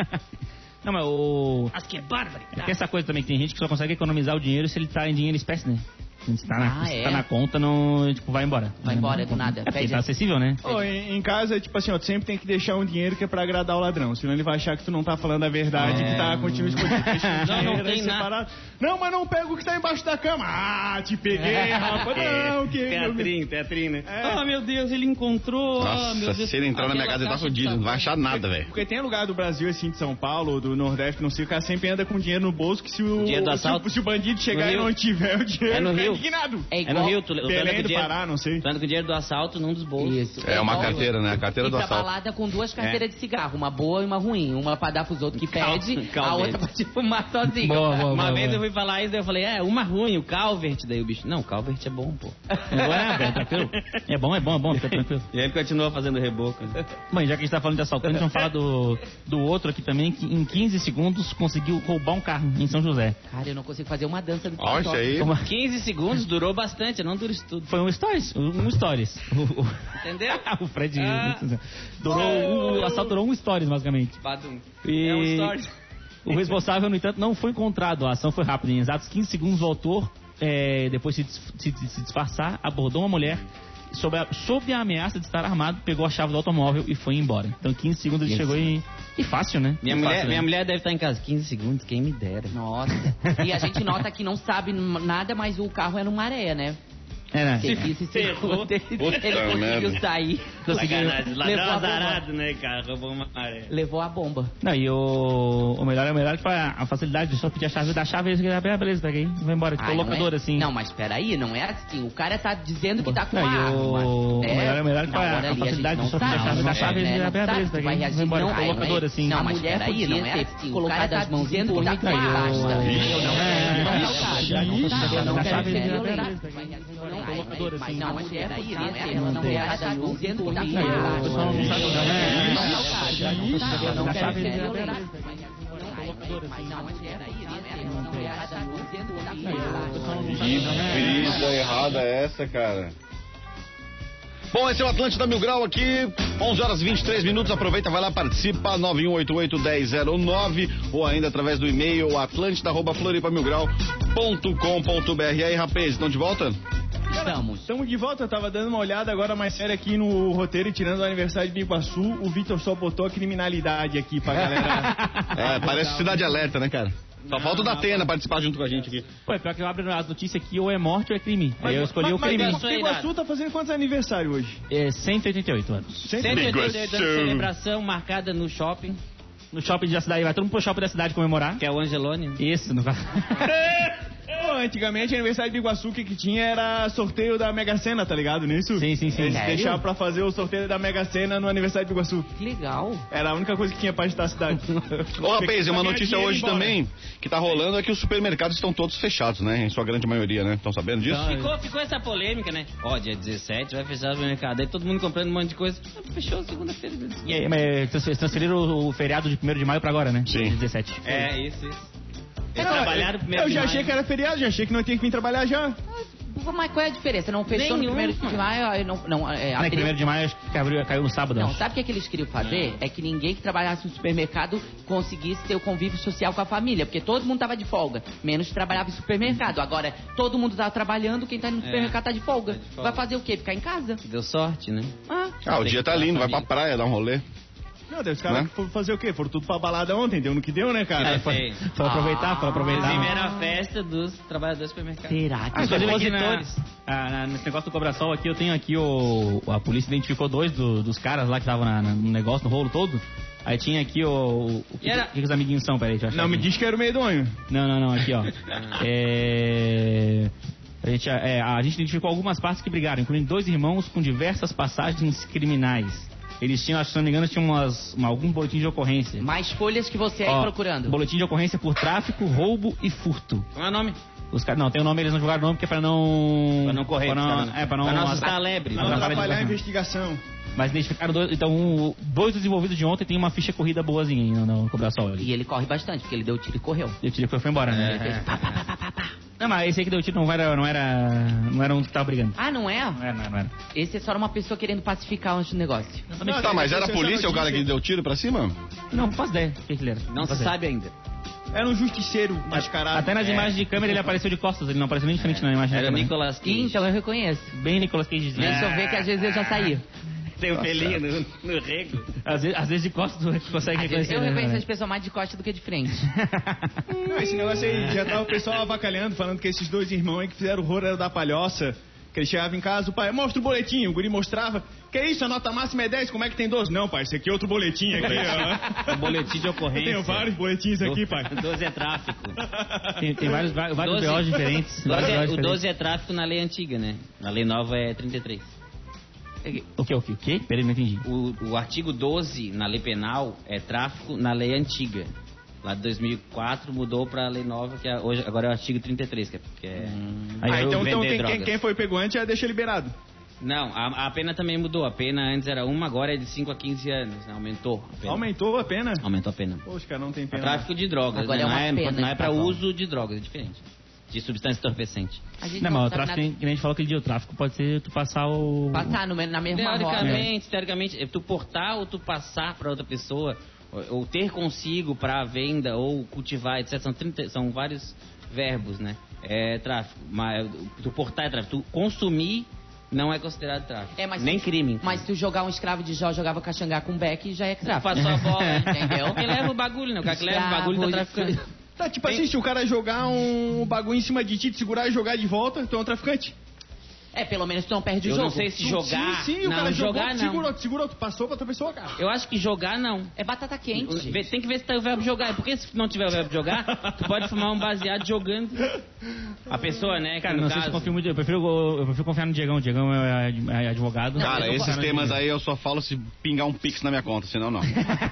S3: Não, mas o...
S6: Mas que bárbaro!
S3: Tem essa coisa também, que tem gente que só consegue economizar o dinheiro se ele tá em dinheiro em espécie, né? Se tá na,
S4: Ah,
S3: se
S4: é?
S3: tá na conta, não, tipo, vai embora.
S4: Vai embora do nada.
S3: É porque
S4: Pede-
S3: tá acessível, né?
S5: Ô, em, em casa, tipo assim, ó, tu sempre tem que deixar um dinheiro que é pra agradar o ladrão, senão ele vai achar que tu não tá falando a verdade,
S3: É.
S5: que tá continua escondido. Deixa o
S6: Não, não
S5: dinheiro aí
S6: tem nada.
S5: separado. Não, mas não pega o que tá embaixo da cama. Ah, te peguei, rapaz. Não, que...
S6: Teatrinho, teatrinho, né?
S5: É.
S6: Ah, meu Deus, ele encontrou. ah, meu
S2: Nossa,
S6: Deus.
S2: se ele entrar na minha casa, ele tá
S6: Aquela
S2: fudido, não vai achar nada, velho.
S5: Porque tem lugar do Brasil, assim, de São Paulo, ou do Nordeste, não sei, o cara sempre anda com dinheiro no bolso, que se o,
S6: Dia do
S5: se o-
S6: assalto?
S5: se o bandido chegar
S6: No
S5: e
S6: Rio.
S5: não tiver o dinheiro,
S6: É no
S5: fica
S6: Rio.
S5: indignado.
S4: É
S6: É
S4: igual...
S6: no Rio, tu, tu anda
S5: Belém
S6: com
S5: do
S6: dinheiro,
S5: Pará, não sei.
S6: tu anda com dinheiro do assalto num dos bolsos.
S4: Isso.
S2: É uma
S4: igual-
S2: carteira, né? A carteira
S4: Ir
S2: do
S4: pra
S2: assalto.
S4: balada com duas carteiras de cigarro, uma boa e uma ruim. Uma pra dar pros outros que
S6: Cal-
S4: pede, a
S6: calma,
S4: outra pra te fumar sozinho.
S3: Boa, boa,
S6: Uma
S3: boa,
S6: vez
S3: boa.
S6: eu fui falar isso, daí eu falei, é, uma ruim, o Calvert. Daí o bicho, não, o Calvert é bom, pô.
S3: É, é, tranquilo. É bom, é bom, é bom, fica tranquilo.
S6: E ele continua fazendo reboco.
S3: Bom, já que a gente tá falando de assaltante, vamos falar do, do outro aqui também, que em quinze segundos conseguiu roubar um carro em São José.
S4: Cara, eu não consigo fazer uma dança do
S2: Ó, isso
S4: TikTok.
S2: aí.
S3: Uma-
S6: quinze segundos, durou bastante, não dura isso tudo.
S3: Foi um stories, um stories. O, o-
S6: Entendeu?
S3: o Fred
S6: Ah.
S3: durou, um, o assalto durou um stories, basicamente.
S6: Badum.
S3: E-
S6: É um story.
S3: O responsável, no entanto, não foi encontrado. A ação foi rápida. Em exatos quinze segundos, o autor, é, depois de se, se- se disfarçar, abordou uma mulher sob a, sob a ameaça de estar armado, pegou a chave do automóvel e foi embora. Então, em quinze segundos, ele
S6: Isso.
S3: chegou e... E fácil, né?
S6: Minha,
S3: E
S6: mulher,
S3: fácil,
S6: minha
S3: né?
S6: mulher deve estar em casa. quinze segundos, quem me dera.
S4: Nossa. E a gente nota que não sabe nada, mas o carro é numa areia, né?
S3: É, né?
S4: Serviço e
S6: Ferrou.
S4: segundo. Ele,
S2: Puta
S4: ele conseguiu
S2: merda.
S4: sair.
S6: Sacanagem. Ladrão
S4: Levou a
S6: azarado, né, cara? Roubou uma maré.
S4: Levou a bomba.
S3: Não, e o, o melhor é o melhor que foi a, a facilidade de só pedir a chave da chave e ele, ah, beleza, peguei, vai embora. Tipo,
S4: Ai, não
S3: locador,
S4: é-
S3: assim.
S4: Não, mas peraí, não é assim. O cara tá dizendo que tá com
S3: Não,
S4: a
S3: e
S4: arma.
S3: o- o melhor é o melhor que
S4: na
S3: foi a-
S4: hora
S3: a
S4: ali
S3: facilidade
S4: gente
S3: de só
S4: não
S3: pedir a
S4: sabe,
S3: chave da
S4: né?
S3: chave e ele,
S4: Não
S3: ah, beleza,
S4: sabe se
S3: peguei,
S4: vai
S3: vai
S4: reagir,
S3: embora.
S4: não,
S3: Tipo,
S4: aí,
S3: locador,
S4: mas-
S3: assim.
S4: Não,
S3: A
S4: mas
S3: mulher
S4: peraí,
S3: podia
S4: não é
S3: ter
S4: assim. O
S3: colocado
S4: cara tá
S3: as mãos
S4: dizendo
S3: em
S4: que tá
S3: punho,
S4: com a
S3: aí o-
S4: arma. Eu não
S3: É,
S4: quero,
S3: é,
S4: eu não quero
S3: é,
S4: eu não
S3: é,
S4: quero
S3: é,
S4: ser
S3: é,
S4: violenta.
S3: é,
S4: Locador,
S3: assim.
S4: Mas não,
S3: Não,
S4: mas peraí,
S3: não,
S4: não
S3: não,
S4: é? Ela não
S3: não,
S4: ela tá
S3: não,
S4: dizendo que tá
S3: não,
S4: com a
S3: não,
S4: arma.
S3: o pessoal não sabe,
S4: Eu
S3: não,
S4: não
S3: é,
S4: quero,
S3: é,
S4: eu não
S3: da
S4: quero
S3: chave
S4: ser
S3: de-
S4: violenta.
S3: assim.
S4: Não, mas peraí, ela não ela tá dizendo que tá com
S3: Aí o
S4: a
S3: pessoal
S4: arma.
S3: não sabe,
S2: Que
S3: não, é,
S2: brisa errada é essa, cara? Bom, esse é o Atlântida Mil Grau aqui, onze horas e vinte e três minutos, aproveita, vai lá, participa, nove um oito oito, um zero zero nove, ou ainda através do e-mail atlântida arroba floripamilgrau ponto com ponto br. E aí, rapaz, estão de volta?
S4: Estamos.
S5: Estamos de volta, eu tava dando uma olhada agora mais séria aqui no roteiro e tirando o aniversário de Iguaçu, o Vitor só botou a criminalidade aqui pra galera.
S2: É, parece Cidade Alerta, né, cara? Só falta o da Atena participar junto com a gente aqui.
S3: Pô, é pior que eu abro as notícias aqui, ou é morte ou é crime. Aí eu escolhi
S5: mas,
S3: o crime.
S5: Mas, mas Iguaçu tá fazendo quantos aniversário hoje?
S3: É cento e oitenta e oito anos.
S6: cento e oitenta e oito anos de
S2: Iguaçu.
S6: celebração marcada no shopping,
S3: No shopping da cidade, vai todo mundo pro shopping da cidade comemorar.
S6: que é o Angelone.
S3: Isso, no caso.
S5: Pô, antigamente, aniversário de Iguaçu, o que, que tinha era sorteio da Mega Sena, tá ligado nisso?
S3: Sim, sim, sim.
S5: Eles
S4: Sério?
S5: deixavam pra fazer o sorteio da Mega Sena no aniversário de Iguaçu.
S4: Que legal.
S5: Era a única coisa que tinha pra agitar a cidade.
S2: Ô, rapaz,
S5: Pra
S2: uma
S5: ganhar
S2: notícia
S5: dinheiro
S2: hoje
S5: e ir embora.
S2: também que tá rolando é que os supermercados estão todos fechados, né? Em sua grande maioria, né? Estão sabendo disso?
S6: Ficou, ficou essa polêmica, né? Ó, dia dezessete vai fechar o mercado. Aí todo mundo comprando um monte de coisa. Fechou segunda-feira mesmo.
S3: E aí, mas trans- transferiram o, o feriado de primeiro de maio pra agora, né?
S2: Sim.
S3: dezessete.
S6: É, isso, isso. Eles
S5: Não,
S6: trabalharam
S5: eu,
S6: primeiro
S5: eu
S6: de
S5: já
S6: maio.
S5: achei que era feriado, já achei que não tinha que vir trabalhar já.
S4: Mas qual é a diferença? Não fechou no
S6: Nenhuma.
S4: primeiro de maio? aí Não, não, é,
S3: Ah, né,
S4: abriu-
S3: primeiro de maio acho que abriu, caiu no sábado.
S4: Não,
S3: acho.
S4: sabe o que, é que eles queriam fazer? É que ninguém que trabalhasse no supermercado conseguisse ter o convívio social com a família, porque todo mundo tava de folga, menos que trabalhava em supermercado. Agora, todo mundo tá trabalhando, quem tá no supermercado tá de folga.
S6: tá de folga.
S4: Vai fazer o quê? Ficar em casa?
S6: Deu sorte, né?
S4: Ah,
S2: Ah, o dia tá lindo, vai pra praia, dar um rolê.
S5: Não, daí os caras
S2: Né?
S5: foram fazer o quê? Foram tudo pra balada ontem, deu no que deu, né, cara?
S6: É,
S3: Foi,
S6: sei.
S3: foi aproveitar, foi aproveitar.
S6: Inclusive era a festa dos trabalhadores do supermercado.
S4: será que...
S3: Ah, inclusive aqui na,
S6: Opositores.
S3: ah, na- nesse negócio do Cobrasol aqui, eu tenho aqui o... A polícia identificou dois do- dos caras lá que estavam na- na- no negócio, no rolo todo. Aí tinha aqui o... o, o que,
S6: E era-
S3: que, que os amiguinhos são? Peraí, deixa eu achar
S5: Não, me
S3: aqui.
S5: diz que era o medonho.
S3: Não, não, não, aqui ó. É... A gente, é, a gente identificou algumas partes que brigaram, incluindo dois irmãos com diversas passagens criminais. Eles tinham, acho que se não me engano, tinham umas, uma, algum boletim de ocorrência.
S4: Mais folhas que você aí
S3: Ó,
S4: procurando.
S3: Boletim de ocorrência por tráfico, roubo e furto.
S6: Como é o nome?
S3: Os caras, não, tem o nome, eles não jogaram o nome porque é pra não...
S6: Pra não correr,
S3: Pra não,
S6: os caras.
S3: é, pra não...
S6: Pra não assustar a lebre.
S5: Não
S3: Não,
S5: atrapalhar a
S3: não.
S5: investigação.
S3: Mas identificaram dois, então, um, dois dos envolvidos de ontem tem uma ficha corrida boazinha aí no, no Cobrasol.
S4: E ele corre bastante, porque ele deu tiro e correu.
S3: E o tiro foi, foi embora, né?
S4: Ele fez pá, pá, pá, pá, pá, pá.
S3: Não, mas esse aí que deu tiro não era, não era, não era um que tava brigando.
S4: Ah, não é?
S3: Não era, não era. Não era.
S4: Esse é só uma pessoa querendo pacificar o negócio.
S5: Não,
S2: Tá, mas era a
S5: essa
S2: polícia o cara
S5: notícia-
S2: que deu tiro pra cima?
S3: Não, não faço ideia. O que, que ele era?
S6: Não se
S3: faço ideia.
S6: sabe ainda.
S5: Era um justiceiro mascarado.
S3: Até nas
S6: É.
S3: imagens de câmera ele apareceu de costas, ele não apareceu nem de frente na imagem.
S6: Era
S3: da
S6: o
S3: câmera.
S6: Nicolas
S4: Ih,
S6: Cage.
S4: então eu reconheço.
S3: Bem Nicolas Cage.
S4: Deixa eu ver que às vezes eu já saí.
S6: Tem o pelinho no, no rego.
S3: Às vezes, às vezes de costas tu consegue
S4: Às vezes
S3: reconhecer.
S4: eu
S3: né,
S4: reconheço
S3: né?
S4: as pessoas mais de costas do que de frente.
S5: Não, esse negócio aí, já tava o pessoal avacalhando, falando que esses dois irmãos aí que fizeram o horror era da palhoça. Que ele chegava em casa, o pai, mostra o boletim, o guri mostrava. Que isso, a nota máxima é dez, como é que tem doze? Não, pai, esse aqui é outro boletim aqui, ó.
S6: O boletim de
S5: Eu
S6: ocorrência.
S5: tenho vários boletins aqui, pai.
S6: doze é tráfico.
S3: Tem, tem vários, vários
S6: doze
S3: B Os diferentes.
S6: doze
S3: vários
S6: é-
S3: B Os
S6: o
S3: diferentes.
S6: doze é tráfico na lei antiga, né? Na lei nova é trinta e três.
S3: O que, o que, o que? Peraí, não entendi.
S6: O, o artigo doze na lei penal é tráfico na lei antiga. Lá de dois mil e quatro mudou pra lei nova, que é, hoje, agora é o artigo trinta e três, que é... Que é
S3: Aí
S5: Ah,
S3: eu
S5: então, então
S6: vender
S5: quem, quem,
S6: drogas.
S5: quem foi pego antes já deixa liberado.
S6: Não, a, a pena também mudou. A pena antes era uma, agora é de cinco a quinze anos. Né? Aumentou a pena.
S5: Aumentou a pena?
S6: Aumentou a pena.
S5: Poxa, cara, não tem
S6: É
S5: pena.
S6: tráfico de drogas,
S4: Agora
S6: né?
S4: é
S6: Não
S4: uma
S6: é,
S4: pena
S6: não é
S4: de
S6: pra
S4: patrão.
S6: uso de drogas, é diferente. De substância entorpecente.
S4: A gente
S3: Não, mas o
S4: sabe
S3: tráfico,
S4: nada-
S3: tem, que nem a gente falou aquele dia, o tráfico pode ser tu passar o...
S4: Passar no, na mesma roda.
S6: Teoricamente, teoricamente, é tu portar ou tu passar pra outra pessoa, ou, ou ter consigo pra venda, ou cultivar, etcétera. São, trinta, são vários verbos, né? É tráfico. Mas tu portar é tráfico. Tu consumir não é considerado tráfico.
S4: É, mas
S6: Nem
S4: se-
S6: crime.
S4: Mas se tu jogar um escravo de Jó, jogava caxangá com beck, já é tráfico.
S6: Passou a bola,
S4: Entendeu?
S6: Porque leva o bagulho, né? O cara que leva o bagulho tá
S4: Escravo,
S6: traficando.
S5: Tá, tipo assim, se o cara jogar um bagulho em cima de ti, te segurar e jogar de volta, tu é um traficante.
S4: É, pelo menos tu não perde o
S6: Eu
S4: jogo.
S6: não sei se jogar.
S5: Sim, sim, o
S6: não,
S5: cara jogou,
S6: jogar não.
S5: segurou, segurou, tu passou pra outra pessoa, cara.
S6: Eu acho que jogar não.
S4: É batata quente.
S6: Vê- Tem que ver se tem o verbo jogar. Porque se não tiver o verbo jogar, tu pode fumar um baseado jogando. A pessoa, né? que
S3: Cara,
S6: no
S3: não sei se
S6: caso-
S3: eu confio muito. Eu prefiro, eu prefiro confiar no Diegão. O Diegão é, é advogado.
S2: Cara,
S4: eu
S2: esses
S3: confio no
S2: temas
S3: Diegão.
S2: aí eu só falo se pingar um pix na minha conta, senão não.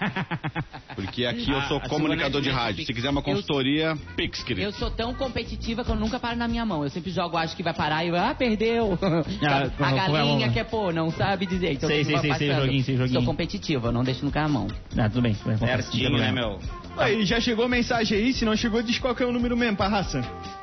S2: Porque aqui eu sou
S6: Ah, a
S2: comunicador de
S6: segunda é
S2: rádio.
S6: Pix.
S2: Se quiser uma consultoria, pix, querido.
S4: Eu sou tão competitiva que eu nunca paro na minha mão. Eu sempre jogo, acho que vai parar e eu, ah, perdeu.
S3: Ah,
S4: a galinha
S3: vamos-
S4: que é pô, não sabe dizer. Então
S3: Sei,
S4: eu
S3: sei,
S4: vou
S3: sei, sei,
S4: passando.
S3: joguinho, sei, joguinho.
S4: Sou competitiva, eu não deixo nunca na mão.
S3: Ah, tudo bem. Tudo bem,
S6: Certinho, né, meu?
S5: Aí, já chegou mensagem aí? Se não chegou, diz qual que é o número mesmo pra raça.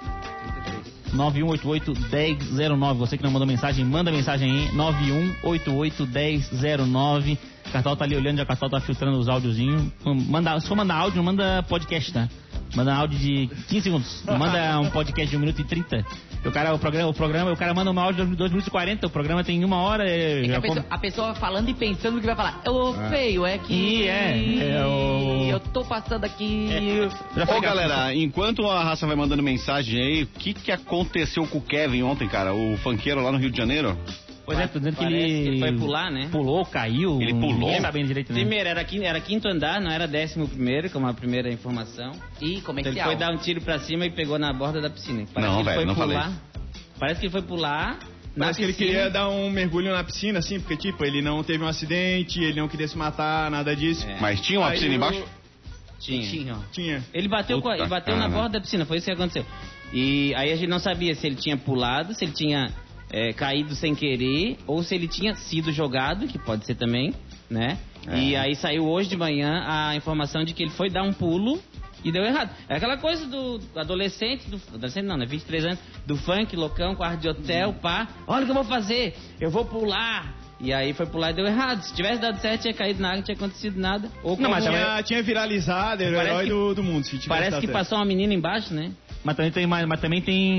S3: nove um oito oito, um zero zero nove. Você que não mandou mensagem, manda mensagem aí. nove um oito oito, um zero zero nove. O Cartal tá ali olhando, já o Cartal tá filtrando os áudiozinhos. Manda, se for mandar áudio, não manda podcast, tá? Manda áudio de quinze segundos. Não manda um podcast de um minuto e trinta. O cara, o programa, o programa, o cara manda um áudio de dois minutos e quarenta. O programa tem uma hora. É,
S4: É que
S3: já
S4: a, pessoa, a pessoa falando e pensando o que vai falar. Ô, feio, é que.
S3: Ih, é, é o-
S4: Eu tô passando aqui.
S3: já foi
S2: Ô,
S3: gasto.
S2: galera, enquanto a raça vai mandando mensagem aí, o que que aconteceu com o Kevin ontem, cara? O funkeiro lá no Rio de Janeiro?
S3: Pois é, tô dizendo que
S6: Parece
S3: ele...
S6: que ele foi pular, né?
S3: Pulou, caiu.
S2: Ele pulou?
S3: Ninguém sabe bem direito, né?
S6: Primeiro, era quinto, era quinto andar, não era décimo primeiro, como a primeira informação.
S4: Ih,
S6: Então ele
S4: comercial.
S6: foi dar um tiro pra cima e pegou na borda da piscina. Parece
S2: Não,
S6: que ele
S2: velho,
S6: foi
S2: não falei
S6: pular.
S2: isso.
S6: Parece que ele foi pular. na
S5: Parece que ele
S6: piscina.
S5: queria dar um mergulho na piscina, assim, porque, tipo, ele não teve um acidente, ele não queria se matar, nada disso.
S6: É.
S2: Mas tinha uma
S5: Aí
S2: piscina
S5: eu-
S2: embaixo?
S6: Tinha.
S4: Tinha.
S5: Tinha.
S6: Ele bateu, com a-
S2: Puta
S6: ele bateu na
S2: cara.
S6: borda da piscina, foi isso que aconteceu. E aí a gente não sabia se ele tinha pulado, se ele tinha é, caído sem querer, ou se ele tinha sido jogado, que pode ser também, né?
S2: É.
S6: E aí saiu hoje de manhã a informação de que ele foi dar um pulo e deu errado. É aquela coisa do adolescente, do adolescente não, né? vinte e três anos, do funk, loucão, quarto de hotel, pá. Olha o que eu vou fazer, eu vou pular. E aí foi pular e deu errado. Se tivesse dado certo, tinha caído na água, não tinha acontecido nada. Ou
S3: Não, mas
S6: como-
S5: Tinha, tinha viralizado, era o
S6: Parece
S5: herói
S6: que-
S5: do, do mundo. Se tivesse
S6: Parece
S5: dado
S6: que
S5: certo.
S6: passou uma menina embaixo, né?
S3: Mas também tem, mas, mas também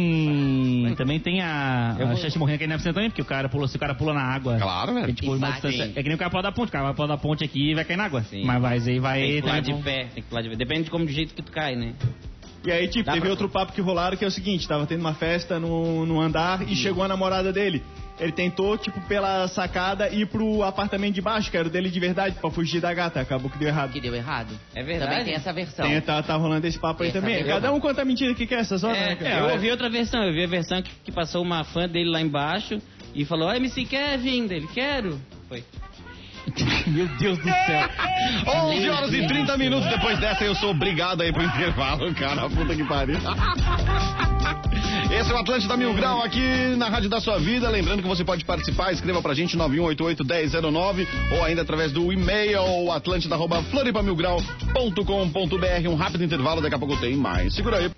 S3: tem. Também tem a.
S6: Eu
S3: A
S6: vou-
S3: chance de morrer aqui na piscina também, porque o cara pula, se o cara pula na água.
S2: Claro, velho.
S3: É, tipo,
S4: E
S3: uma
S4: bate.
S3: distância- é que nem o cara pular da ponte, o cara vai pular da ponte aqui e vai cair na água.
S6: Sim.
S3: Mas vai, aí vai.
S6: Tem que pular
S3: também-
S6: de pé, tem que pular de pé. Depende de como do jeito que tu cai, né?
S5: E aí, tipo,
S6: Dá
S5: teve
S6: pra-
S5: outro papo que rolaram que é o seguinte, tava tendo uma festa no, no andar e chegou a namorada dele. Ele tentou, tipo, pela sacada ir pro apartamento de baixo, que era o dele de verdade, pra fugir da gata. Acabou que deu errado.
S4: Que deu errado.
S6: É verdade.
S4: Também tem essa versão.
S5: Tem, tá, tá rolando esse papo aí
S4: Essa
S5: também.
S4: versão.
S5: Cada um conta a mentira que quer, essas horas,
S6: É,
S5: né, cara?
S6: é, eu ouvi outra versão, eu vi a versão que, que passou uma fã dele lá embaixo e falou, ó, M C Kevin, dele, quero. Foi.
S3: Meu Deus do céu.
S2: onze horas e trinta minutos depois dessa, eu sou obrigado a ir pro intervalo, cara. Puta que pariu. Esse é o Atlântida Mil Grau aqui na Rádio da Sua Vida. Lembrando que você pode participar, escreva pra gente nove um oito oito, um zero zero nove ou ainda através do e-mail atlântida arroba floripamilgrau ponto com ponto br. Um rápido intervalo, daqui a pouco tem mais. Segura aí.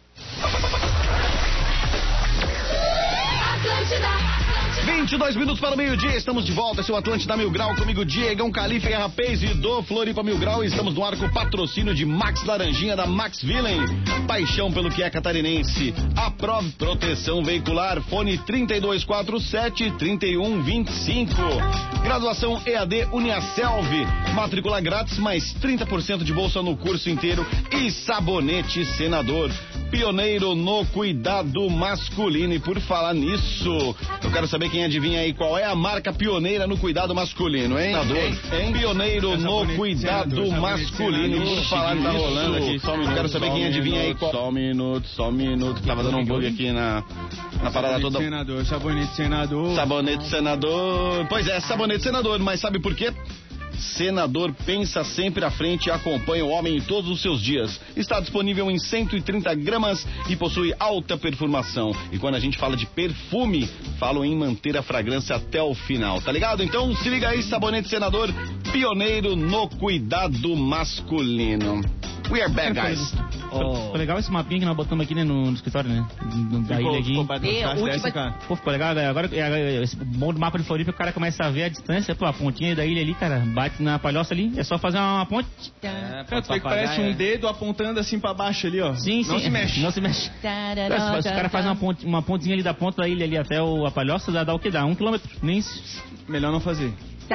S2: vinte e dois minutos para o meio-dia, estamos de volta, esse é o Atlântida Mil Grau, comigo Diegão Calife, Guerra Pez e do Floripa Mil Grau, e estamos no ar com o patrocínio de Max Laranjinha da Max Villain, paixão pelo que é catarinense, aprove proteção veicular, fone trinta e dois quarenta e sete, trinta e um vinte e cinco, graduação E A D Uniaselv, matrícula grátis, mais trinta por cento de bolsa no curso inteiro e sabonete Senador, pioneiro no cuidado masculino. E por falar nisso, eu quero saber quem adivinha aí qual é a marca pioneira no cuidado masculino, hein? Hein? Pioneiro
S5: É
S2: no
S5: sabonete
S2: cuidado
S5: Senador, sabonete
S2: masculino. E por
S5: Senador.
S2: falar
S5: Tá
S2: nisso,
S5: rolando aqui, só um minuto,
S2: eu quero saber
S5: só um
S2: quem adivinha aí
S5: minuto,
S2: qual... Só um minuto, só um minuto, que tava dando um bug aqui na, na parada toda.
S5: Senador, sabonete senador.
S2: Sabonete Senador. Pois é, sabonete Senador, mas sabe por quê? Senador pensa sempre à frente e acompanha o homem em todos os seus dias. Está disponível em cento e trinta gramas e possui alta perfumação. E quando a gente fala de perfume, falo em manter a fragrância até o final, tá ligado? Então se liga aí, sabonete Senador, pioneiro no cuidado masculino. We are back, guys.
S3: Ficou legal esse mapinha que nós botamos aqui, né, no, no escritório, né? No- Da ilha aqui.
S4: Dê, última-
S3: Pô, ficou legal. Agora, agora, esse bom do mapa de Floripa, o cara começa a ver a distância, pô, a pontinha da ilha ali, cara, bate na palhoça ali, é só fazer uma ponte.
S6: É,
S5: Cara, tu vê que parece um dedo apontando assim pra baixo ali, ó.
S3: Sim, sim.
S5: Não se mexe.
S3: Não se mexe. Cara, se, se o cara faz uma, ponte, uma pontezinha ali da ponta da ilha ali até o, a palhoça, dá, dá o que? Dá um quilômetro. Nem... Só
S5: Melhor não fazer.
S3: que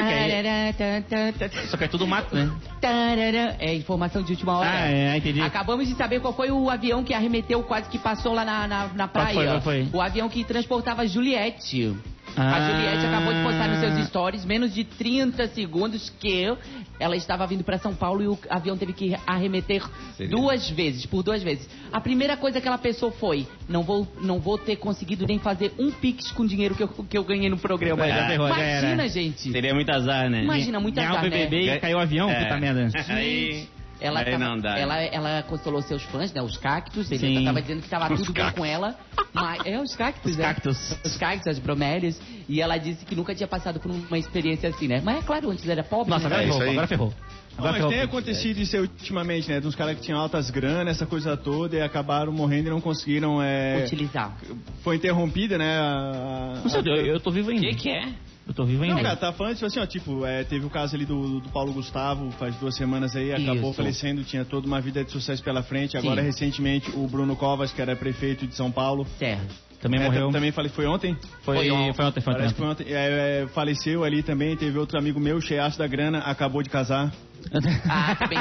S3: é tudo mato, né?
S4: É informação de última hora.
S3: Ah, é, entendi.
S4: Acabamos de saber qual foi o avião que arremeteu, quase que passou lá na, na, na praia.
S3: foi, qual foi?
S4: O avião que transportava Juliette.
S3: Ah.
S4: A Juliette acabou de postar nos seus stories, menos de trinta segundos, que ela estava vindo para São Paulo e o avião teve que arremeter
S2: Seria.
S4: duas vezes, por duas vezes. A primeira coisa que ela pensou foi, não vou, não vou ter conseguido nem fazer um pix com dinheiro que eu, que eu ganhei no programa.
S3: É, já ferrou, já
S4: Imagina,
S3: era.
S4: gente.
S6: Seria muito azar, né?
S4: Imagina, muito
S3: Ganhar
S4: azar,
S3: o B B B
S4: né?
S3: e caiu o avião,
S6: É.
S3: puta merda.
S6: Aí,
S4: Ela,
S6: aí
S4: tava-
S6: não dá.
S4: ela, ela consolou seus fãs, né? Os cactos. Ele
S3: Sim.
S4: tava dizendo que tava tudo bem com ela. Mas, é, os cactos,
S3: Os
S4: né?
S3: cactos.
S4: Os cactos, as bromélias. E ela disse que nunca tinha passado por uma experiência assim, né? Mas é claro, antes era pobre,
S3: Nossa,
S4: né?
S3: agora
S2: É isso
S3: ferrou,
S2: aí.
S3: agora ferrou.
S5: Não,
S3: Agora
S5: mas
S3: ferrou.
S5: tem acontecido isso aí ultimamente, né? Dos caras que tinham altas granas, essa coisa toda, e acabaram morrendo e não conseguiram. É...
S4: Utilizar.
S5: Foi interrompida, né? A...
S3: Não sei, eu, eu tô vivo
S6: O
S3: ainda.
S6: que que é?
S3: Eu tô vivo
S5: Não,
S3: ainda.
S5: cara, tá falando tipo assim, ó, tipo, é, teve o caso ali do, do Paulo Gustavo, faz duas semanas aí, acabou
S4: Isso.
S5: falecendo, tinha toda uma vida de sucesso pela frente. Agora,
S4: Sim.
S5: recentemente, o Bruno Covas, que era prefeito de São Paulo,
S4: Certo.
S3: Também
S5: é,
S3: morreu.
S5: também falei, foi ontem?
S3: Foi,
S4: Foi
S3: foi
S4: ontem.
S3: ontem, foi ontem. Foi
S5: Parece que
S3: ontem.
S5: foi ontem. É, é, faleceu ali também, teve outro amigo meu, cheiaço da grana, acabou de casar.
S4: Ah, também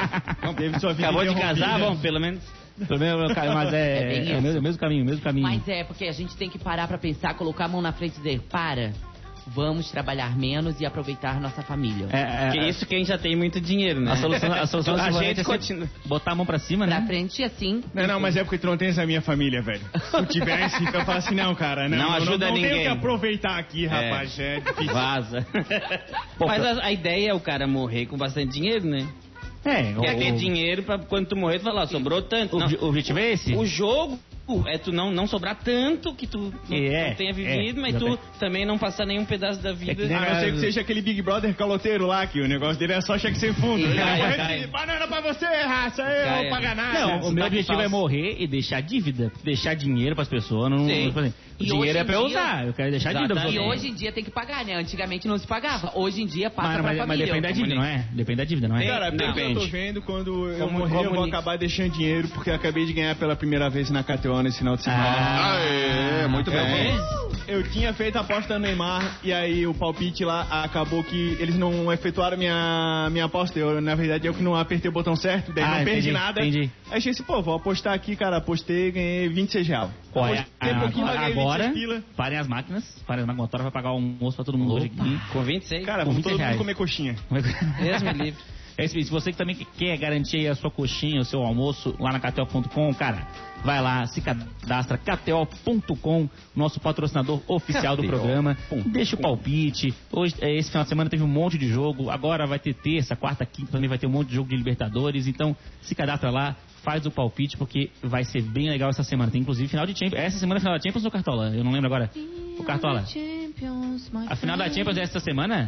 S4: é.
S5: Teve sua vida
S6: Acabou de
S5: interrompida.
S6: casar, bom, pelo menos.
S3: Pelo menos, mas é,
S4: É bem
S3: é o
S4: isso.
S3: mesmo, mesmo caminho, mesmo caminho.
S4: Mas é, porque a gente tem que parar pra pensar, colocar a mão na frente e dizer, para, vamos trabalhar menos e aproveitar nossa família.
S3: É, é,
S6: Porque isso que a gente já tem muito dinheiro, né?
S3: a solução, a solução
S6: a
S3: é
S6: gente
S3: sempre
S6: continua.
S3: botar a mão pra cima,
S4: Pra
S3: né?
S4: frente, assim...
S5: Não, não, mas é porque tu não tens a minha família, velho. Se tu tivesse, então eu falo assim, não, cara, não,
S6: Não
S5: não,
S6: ajuda
S5: não, não tenho
S6: ninguém.
S5: que aproveitar aqui, rapaz, é, difícil.
S6: Vaza. Mas a, a ideia é o cara morrer com bastante dinheiro, né?
S3: É,
S6: Quer
S3: o,
S6: ter dinheiro pra quando tu morrer, tu falar, sobrou tanto.
S3: o,
S6: Não.
S3: obje- o objetivo é esse?
S6: O jogo é tu não, não sobrar tanto que tu não,
S3: É,
S6: não tenha vivido,
S3: é,
S6: mas tu
S3: exatamente.
S6: também não passar nenhum pedaço da vida.
S3: que nem
S5: A não ser que seja aquele Big Brother caloteiro lá, que o negócio dele é só cheque sem fundo. Ele
S6: Cai,
S5: vai
S6: cai.
S5: assim, banana pra você, raça, eu
S6: Cai,
S5: não vou pagar nada.
S3: Não, o
S6: Sotaque
S3: meu objetivo
S6: falso.
S3: é morrer e deixar dívida. Deixar dinheiro pras pessoas. Não,
S6: Sim.
S3: tipo assim, o
S4: E
S3: dinheiro
S4: hoje
S3: é
S4: em
S3: pra eu
S4: dia-
S3: usar. Eu quero deixar dívida pros
S4: E
S3: outros.
S4: hoje em dia tem que pagar, né? Antigamente não se pagava. Hoje em dia passa
S3: Mas,
S4: pra
S3: mas, mas
S4: família.
S3: depende da dívida, não é? Depende da dívida, não é?
S5: Cara, pelo que eu tô
S6: Depende.
S5: vendo, quando eu
S6: Como-
S5: morrer, eu vou
S6: comunica.
S5: acabar deixando dinheiro, porque eu acabei de ganhar pela primeira vez na K T O nesse final de semana.
S3: Ah,
S2: Aê, muito
S5: Eu,
S2: bem.
S5: eu tinha feito a aposta no Neymar e aí o palpite lá acabou que eles não efetuaram minha, minha aposta. Eu, na verdade, eu que não apertei o botão certo, daí
S3: Ah,
S5: não perdi
S3: entendi,
S5: nada.
S3: entendi.
S5: Aí achei assim, pô, vou apostar aqui, cara. Apostei e ganhei vinte e seis reais.
S3: Olha,
S5: Apostei um pouquinho,
S3: agora,
S5: mas ganhei vinte e
S3: agora
S5: seis pila.
S3: parem as máquinas. Parem as máquinas. O motora vai pagar o almoço pra todo mundo hoje aqui.
S6: Com vinte e seis?
S5: Cara,
S3: Com
S5: vamos
S3: vinte
S5: todo
S3: reais.
S5: mundo comer coxinha.
S3: Deus
S6: me livre.
S3: É isso, se você que também quer garantir aí a sua coxinha, o seu almoço lá na K T O ponto com, cara, vai lá, se cadastra, K T O ponto com, nosso patrocinador oficial do
S2: K T O
S3: programa.
S2: ponto com.
S3: Deixa o palpite. Hoje, eh, esse final de semana teve um monte de jogo, agora vai ter terça, quarta, quinta, também vai ter um monte de jogo de Libertadores. Então, se cadastra lá, faz o palpite, porque vai ser bem legal essa semana. Tem inclusive final de Champions. Essa semana é final da Champions ou Cartola? Eu não lembro agora. O Cartola. A final da Champions é essa semana?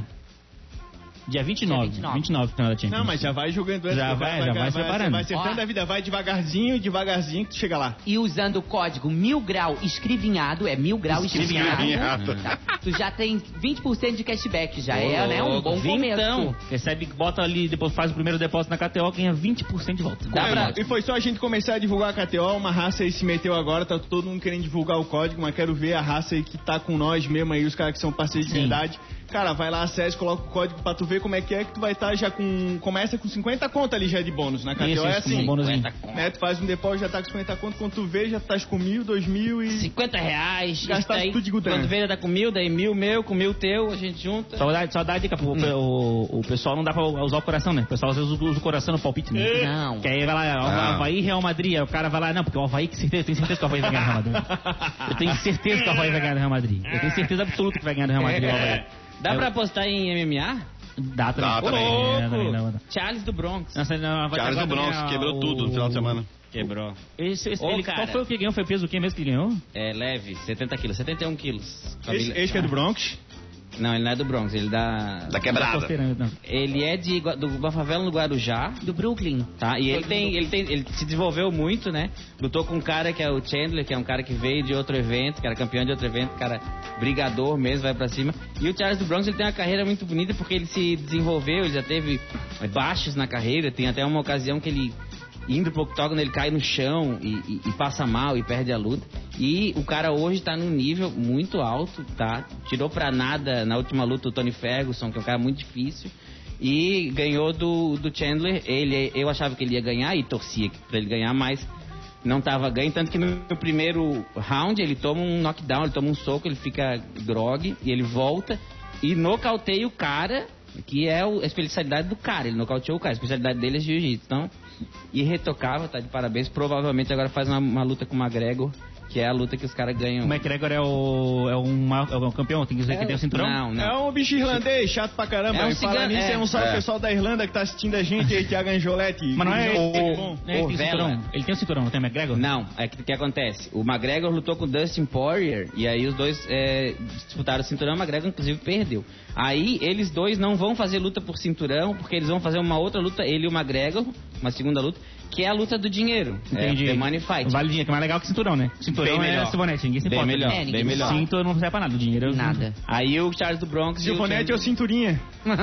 S3: Dia vinte e nove.
S4: Dia vinte e nove.
S3: vinte e nove, final da Champions.
S5: Não, mas já vai jogando antes.
S3: Já
S5: que
S3: vai, já vai se preparando.
S5: Vai acertando
S4: Ó.
S5: a vida, vai devagarzinho, devagarzinho que tu chega lá.
S4: E usando o código mil grau escrivinhado, é mil grau escrivinhado,
S2: Escrivinhado.
S4: tá? Tu já tem vinte por cento de cashback, já é, né? Um bom
S6: Vintão.
S4: começo.
S3: Recebe, bota ali, depois faz o primeiro depósito na K T O, ganha vinte por cento de volta.
S6: Dá
S5: É,
S6: pra-
S5: E foi só a gente começar a divulgar a K T O, uma raça aí se meteu agora, tá todo mundo querendo divulgar o código, mas quero ver a raça aí que tá com nós mesmo aí, os caras que são parceiros de
S3: Sim.
S5: verdade. Cara, vai lá, acesse, coloca o código pra tu ver como é que é, que tu vai estar já com... Começa com cinquenta conto ali já de bônus. Na K T O
S3: Isso,
S5: é
S3: isso,
S5: assim,
S3: um bônusinho.
S5: né? Tu faz um depósito, já tá com cinquenta conto, quando tu vê, já tá com mil, dois mil e...
S6: cinquenta reais.
S5: Gastasse
S6: isso daí,
S5: tudo de gudanha.
S6: Quando vê, dá com mil, daí mil meu, com mil teu, a gente junta.
S3: Só dá, só dá a dica, pro,
S6: Hum.
S3: o, o pessoal não dá pra usar o coração, né? O pessoal às vezes usa o coração no palpite, né?
S4: Não.
S3: Que aí vai lá,
S2: Não.
S3: Havaí, Real Madrid, aí o cara vai lá, não, porque o Havaí, que certeza, eu tenho certeza que o Havaí vai ganhar do Real Madrid. Eu tenho certeza que o Havaí vai ganhar do Real Madrid. Eu tenho certeza absoluta que vai ganhar do Real Madrid o Havaí.
S6: Dá
S3: Eu-
S6: pra apostar em M M A?
S3: Dá também.
S2: Dá
S3: Ô,
S2: também.
S3: louco!
S6: Louco.
S3: Também, não, não.
S6: Charles do Bronx.
S3: Nossa, não, vai
S2: Charles
S3: agora
S2: do Bronx
S3: também,
S2: quebrou
S3: o-
S2: tudo no final de semana.
S6: Quebrou.
S3: Esse, esse,
S6: Ô,
S3: ele,
S6: cara.
S3: qual foi o que ganhou? Foi o peso o que mesmo que ganhou?
S6: É leve, setenta quilos, setenta e um quilos.
S5: Esse,
S6: Família-
S5: esse que é do Bronx.
S6: Não, ele não é do Bronx, ele dá...
S2: Da quebrada.
S3: Costeirão, não.
S6: Ele é de, Gua- do, uma favela no Guarujá,
S4: Do Brooklyn.
S6: tá? E ele tem, ele tem, ele se desenvolveu muito, né? Lutou com um cara que é o Chandler, que é um cara que veio de outro evento, que era campeão de outro evento, cara brigador mesmo, vai pra cima. E o Charles do Bronx, ele tem uma carreira muito bonita porque ele se desenvolveu, ele já teve baixos na carreira, tem até uma ocasião que ele indo pro octógono, ele cai no chão e, e- e passa mal e perde a luta. E o cara hoje tá num nível muito alto, tá? Tirou pra nada na última luta o Tony Ferguson, que é um cara muito difícil. E ganhou do, do Chandler. Ele, eu achava que ele ia ganhar e torcia pra ele ganhar, mas não tava ganho, tanto que no, no primeiro round ele toma um knockdown, ele toma um soco, ele fica grog e ele volta e nocauteia o cara, que é o, a especialidade do cara, ele nocauteou o cara, a especialidade dele é jiu-jitsu, então, irretocável, tá de parabéns, provavelmente agora faz uma, uma luta com o McGregor, que é a luta que os caras ganham.
S3: O McGregor é o, é um, é um campeão, tem que dizer
S6: É,
S3: que tem o cinturão?
S6: Não, não.
S5: É um bicho irlandês, chato pra caramba.
S6: É um
S5: E fala
S6: cigano-
S5: nisso, é,
S6: é.
S5: um salve
S2: É.
S5: pessoal da Irlanda que tá assistindo a gente aí, Thiago Angelotti.
S3: Mas não é
S5: Muito
S3: ele,
S5: bom.
S3: não é ele, tem o
S6: Vela.
S3: cinturão. Ele tem o cinturão, não tem o McGregor?
S6: Não, é que o que acontece? O McGregor lutou com o Dustin Poirier e aí os dois é, disputaram o cinturão, o McGregor inclusive perdeu. Aí eles dois não vão fazer luta por cinturão, porque eles vão fazer uma outra luta, ele e o McGregor, uma segunda luta, que é a luta do dinheiro.
S3: Entendi.
S6: É, The Money Fight.
S3: Vale dinheiro, que é mais legal que cinturão, né? Cinturão
S6: Bem
S3: é
S6: melhor.
S3: Silvanete, ninguém se
S6: Bem
S3: importa.
S6: melhor,
S4: É,
S6: bem
S4: ninguém se
S6: melhor.
S4: importa.
S3: Cinto não serve pra nada, o dinheiro...
S4: Nada.
S6: Aí o Charles do Bronx e o
S5: Silvanete ou
S6: Chandler-
S5: cinturinha?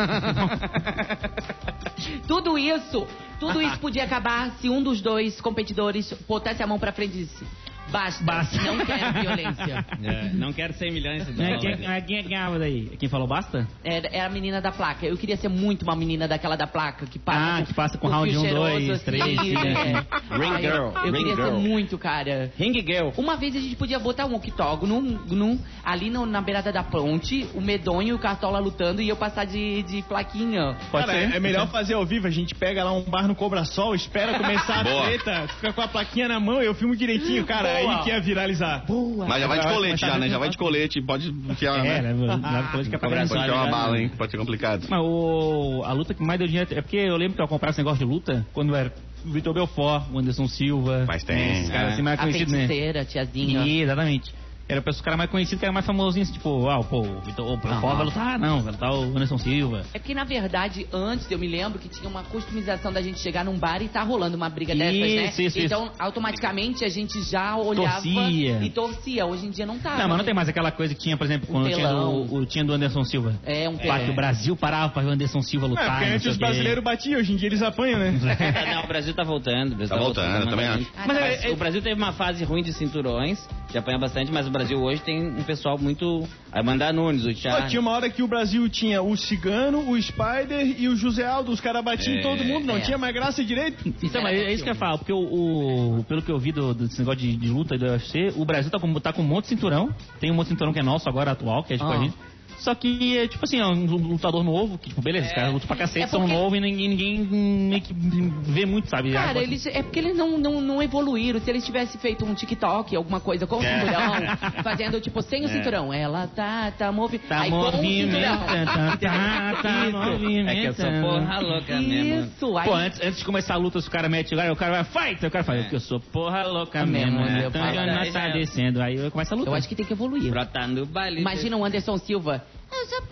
S4: Tudo isso, tudo isso podia acabar se um dos dois competidores botasse a mão pra frente e disse: basta,
S3: Basta.
S4: não quero violência.
S6: É, não quero cem milhões de
S3: É,
S6: dólares.
S3: quem, é, quem ganhava daí? Quem falou basta?
S4: Era, era a menina da placa. Eu queria ser muito uma menina daquela da placa que passa
S3: Ah,
S4: com,
S3: que passa com
S4: o
S3: round
S4: fio
S3: um,
S4: cheiroso,
S3: dois,
S4: assim,
S3: três,
S4: é.
S3: né?
S6: Ring
S4: Ai,
S6: girl,
S4: Eu, eu
S6: ring
S4: queria
S6: girl.
S4: ser muito, cara.
S6: Ring Girl.
S4: Uma vez a gente podia botar um octógono num, num, ali no- na beirada da ponte, o Medonho e o Cartola lutando e eu passar de, de plaquinha.
S3: Pode
S5: Cara,
S3: ser?
S5: é melhor fazer ao vivo. A gente pega lá um bar no Cobra Sol, espera começar a
S2: Boa.
S5: treta, fica com a plaquinha na mão e eu filmo direitinho, cara.
S3: Boa.
S5: Aí que ia viralizar.
S4: Boa.
S2: Mas já vai de
S3: Vai-
S2: colete
S3: vai
S2: já, né?
S3: saber
S2: Já vai
S3: que
S2: de colete, pode enfiar,
S3: É,
S2: né?
S3: né? Leva coisa que é pra
S6: Cobra
S3: ganhar.
S2: Pode
S6: Só
S2: ter uma
S6: já-
S2: bala, hein? Pode ser complicado.
S3: Mas o, a luta que mais deu dinheiro... É porque eu lembro que eu comprava esse negócio de luta quando era o Vitor Belfort, o Anderson Silva...
S2: Mas tem,
S3: né, esses caras
S2: é.
S3: assim mais
S4: A
S3: conhecidos, né?
S4: feiticeira, tiazinha.
S3: Ih, exatamente. Era os caras mais conhecidos, que era mais famosinhos, tipo, ah, pô, o Vitor o Belfort
S4: Aham.
S3: vai lutar, não, vai lutar o Anderson Silva.
S4: É porque, na verdade, antes eu me lembro que tinha uma customização da gente chegar num bar e tá rolando uma briga dessas, né?
S3: Isso, isso,
S4: então, automaticamente, a gente já olhava
S3: Torcia.
S4: e torcia. Hoje em dia não tá.
S3: Não, mas não tem mais aquela coisa que tinha, por exemplo, quando
S4: Um
S3: tinha
S4: telão.
S3: do, o, tinha do Anderson Silva.
S4: É, um
S3: Pá, que
S4: telão.
S3: o Brasil parava pra ver o Anderson Silva
S5: É,
S3: lutar.
S5: porque
S3: não
S5: antes
S3: sei
S5: os
S3: o quê.
S5: brasileiros batiam, hoje em dia eles apanham, né?
S6: Não, o Brasil tá voltando. O Brasil
S2: Tá voltando, eu também
S6: mandando
S2: acho.
S6: muito.
S4: Mas
S6: Mas
S4: é-
S6: o Brasil teve uma fase ruim de cinturões, de apanhar bastante, mas o Brasil hoje tem um pessoal muito... A Amanda Nunes, o
S5: Pô,
S6: Thiago...
S5: tinha uma hora que o Brasil tinha o Cigano, o Spider e o José Aldo. Os caras batiam em
S2: É,
S5: todo mundo, não
S4: é.
S5: tinha mais graça direito.
S3: Então, mas é isso que eu falo, porque o, o- pelo que eu vi do, desse negócio de, de luta do U F C, o Brasil tá com, tá com um monte de cinturão. Tem um monte de cinturão que é nosso agora, atual, que é tipo
S4: Ah.
S3: a gente. Só que é tipo assim, é um lutador novo, que tipo, beleza, os caras lutam pra cacete,
S4: É
S3: são
S4: porque-
S3: novos e ninguém, ninguém meio que vê muito, sabe?
S4: Cara,
S3: Ah,
S4: eles, é porque eles não, não, não evoluíram. Se eles tivessem feito um TikTok, alguma coisa com o cinturão, fazendo tipo sem o cinturão. Ela tá, tá movendo.
S3: Tá
S4: Aí com o cinturão.
S3: movimentando, tá, tá, tá
S4: Isso.
S3: movimentando.
S6: É que eu sou porra louca mesmo.
S4: Isso, aí.
S3: Pô, antes, antes de começar a luta, se o cara mete agora, o cara vai, fight! Aí o cara fala,
S6: É.
S3: porque eu sou porra louca
S4: É
S3: mesmo,
S4: mesmo,
S3: né?
S4: meu
S3: Então
S4: pai.
S3: já não tá
S6: Aí já-
S3: descendo, aí começa a luta.
S4: Eu acho que tem que evoluir.
S6: Brotar no baile.
S4: Imagina o Anderson Silva. Eu sou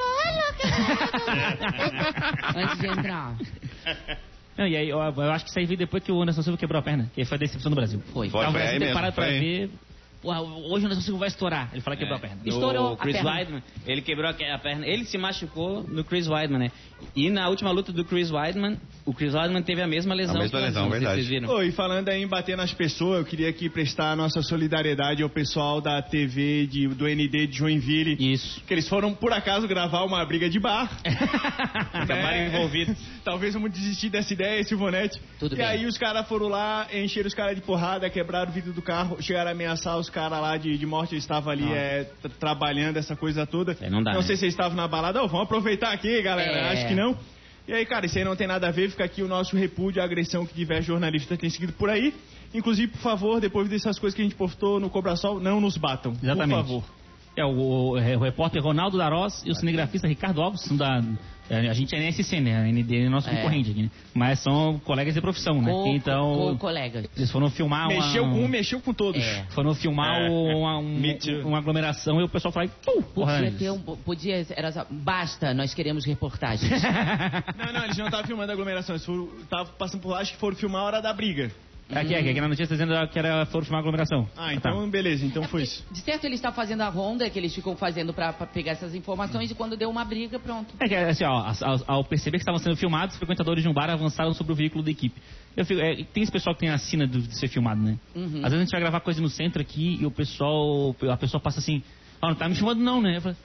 S4: porra louca. Antes de entrar.
S3: Não, e aí, eu, eu acho que isso aí veio depois que o Anderson Silva quebrou a perna, que foi a decepção do Brasil.
S4: Foi.
S2: Foi,
S3: Então, o
S2: foi
S3: Brasil
S2: aí
S3: tem
S2: mesmo,
S3: parado pra
S2: foi aí.
S3: ver. Porra, hoje o Anderson Silva vai estourar. Ele fala que quebrou a perna.
S4: Estourou
S6: O
S4: a
S6: Chris
S4: perna.
S6: Weidman, ele quebrou a a perna, ele se machucou no Chris Weidman, né? E na última luta do Chris Weidman, o Chris Weidman teve a mesma lesão.
S2: A mesma
S6: que o
S2: lesão,
S6: Anderson, não sei se
S2: verdade.
S6: Vocês viram.
S5: Pô, e falando aí em bater nas pessoas, eu queria aqui prestar a nossa solidariedade ao pessoal da T V de, do N D de Joinville.
S3: Isso.
S5: Que eles foram, por acaso, gravar uma briga de bar.
S6: Acabaram
S5: É.
S6: envolvidos.
S5: Talvez vamos desistir dessa ideia, Silvonete.
S4: Tudo
S5: e
S4: bem.
S5: aí os caras foram lá, encheram os caras de porrada, quebraram o vidro do carro, chegaram a ameaçar os caras lá de, de morte. Eles estavam ali é, tra- trabalhando essa coisa toda.
S6: É, não dá, né?
S5: sei se eles estavam na balada. Ô, vamos aproveitar aqui, galera.
S4: É.
S5: Acho que não. E aí, cara, isso aí não tem nada a ver. Fica aqui o nosso repúdio à agressão que diversos jornalistas têm seguido por aí. Inclusive, por favor, depois dessas coisas que a gente postou no Cobra Sol, não nos batam.
S3: Exatamente.
S5: Por favor.
S3: É, o, o, é, o repórter Ronaldo Darós e o cinegrafista Ricardo Alves são da. é, A gente é N S C, né? A N D é nosso
S4: É.
S3: concorrente aqui, né? Mas são colegas de profissão, né?
S4: Co-
S3: então.
S4: co- colega.
S3: Eles foram filmar uma.
S5: Mexeu com um, mexeu com todos.
S4: É.
S3: Foram filmar
S5: É.
S3: uma, um-
S5: Me too.
S3: uma aglomeração e o pessoal fala, pum, porra,
S4: Podia
S3: né?
S4: ter um. Podia. Era só, basta, nós queremos reportagens.
S5: Não, não, eles não estavam filmando a aglomeração. Eles estavam passando por lá, acho que foram filmar a hora da briga.
S3: Aqui, aqui, aqui na notícia tá dizendo que era, foram filmar aglomeração.
S5: Ah, então beleza, então foi isso.
S4: De certo, eles estavam fazendo a ronda que eles ficam fazendo pra, pra pegar essas informações e quando deu uma briga, pronto.
S3: É que, assim, ó, ao, ao perceber que estavam sendo filmados, os frequentadores de um bar avançaram sobre o veículo da equipe. Eu fico, é, tem esse pessoal que tem a sina de, de ser filmado, né?
S4: Uhum.
S3: Às vezes a gente vai gravar coisa no centro aqui e o pessoal, a pessoa passa assim, ah, não tá me filmando não, né? Eu falo, não,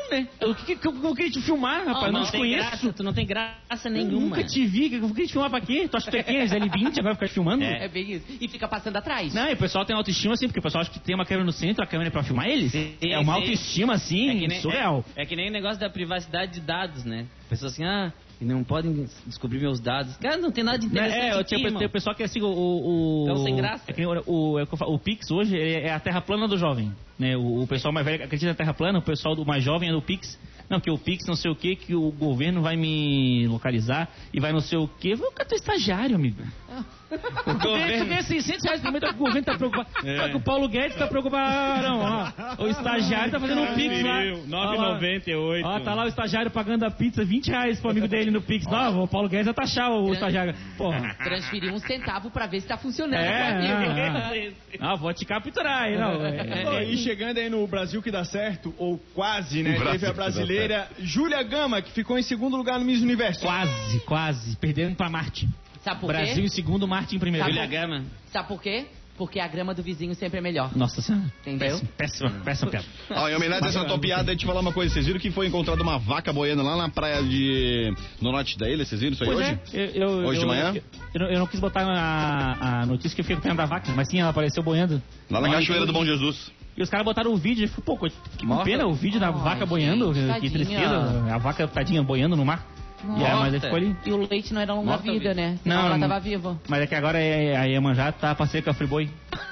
S3: né? Eu, que, que, eu, eu queria te filmar, rapaz,
S6: Oh,
S3: não,
S6: não
S3: te
S6: tem
S3: conheço.
S6: graça, tu não tem graça
S3: Eu
S6: nenhuma.
S3: nunca te vi, eu queria te filmar pra quê? Tu acha que tu é quem? Gisele Bündchen, agora ficar te filmando?
S6: É.
S4: É bem isso. E fica passando atrás.
S3: Não, e o pessoal tem autoestima assim, porque o pessoal acha que tem uma câmera no centro, a câmera é pra filmar eles.
S6: Sim,
S3: é uma
S6: sim.
S3: autoestima assim,
S6: É que nem,
S3: surreal.
S6: É, é que nem o negócio da privacidade de dados, né? Pessoas assim, ah, não podem descobrir meus dados. Cara, não tem nada de interessante
S3: É, eu
S6: aqui,
S3: tinha,
S6: irmão.
S3: tem o pessoal que é assim, o... o, o
S6: Então, sem graça.
S3: É que nem o, o, é o, que eu falo, o Pix hoje ele é a terra plana do jovem, né? O, o pessoal mais velho acredita na terra plana, o pessoal do mais jovem é do Pix. Não, que o Pix não sei o que, que o governo vai me localizar e vai não sei o que. Eu quero estagiário, amigo. O governo ganha seiscentos reais por mês, o governo tá preocupado.
S6: É.
S3: Só que o Paulo Guedes tá preocupado. Não, ó, o estagiário tá fazendo um Pix lá.
S6: nove reais e noventa e oito.
S3: Ó, tá lá o estagiário pagando a pizza, vinte reais pro amigo dele no Pix. Não, o Paulo Guedes vai taxar o estagiário. Porra.
S4: Transferir um centavo pra ver se tá funcionando.
S3: É,
S4: aqui,
S3: não,
S4: amigo.
S3: não. Não, vou te capturar aí, não. É,
S5: Pô,
S3: é,
S5: e chegando aí no Brasil que dá certo, ou quase, né?
S2: O Brasil
S5: Teve a
S2: que dá
S5: brasileira Júlia Gama, que ficou em segundo lugar no Miss Universo.
S3: Quase, quase. Perdendo pra Marte.
S4: Sabe por
S3: Brasil
S4: quê?
S3: em segundo, Marte em primeiro.
S4: Sabe
S6: Julia Gama.
S4: Sabe por quê? Porque a grama do vizinho sempre é melhor.
S3: Nossa senhora.
S4: Entendeu?
S3: Péssima, péssima piada.
S2: Ó, em homenagem a essa tua piada, eu te falar uma coisa. Vocês viram que foi encontrada uma vaca boiando lá na praia de... no norte da ilha? Vocês viram isso aí
S3: Pois
S2: hoje?
S3: é, eu, eu,
S2: Hoje de
S3: eu-
S2: manhã?
S3: Eu, eu não- eu não quis botar a, a notícia que eu fiquei acompanhando da vaca, mas sim, ela apareceu boiando.
S2: Lá na
S3: Lá
S2: Cachoeira
S3: em-
S2: do Bom Jesus.
S3: E os caras botaram o vídeo e falei, pô, que
S6: Morta?
S3: pena o vídeo da
S4: Ai,
S3: vaca boiando,
S4: gente,
S3: que
S4: tadinha.
S3: tristeza, a vaca tadinha boiando no mar. E aí, mas aí ficou ali.
S4: E o leite não era longa
S6: Morta
S4: vida,
S6: vida.
S4: né?
S3: Não,
S4: ela
S3: não-
S4: tava viva.
S3: Mas é que agora é, a Iemanjá tá parceira com a Friboi.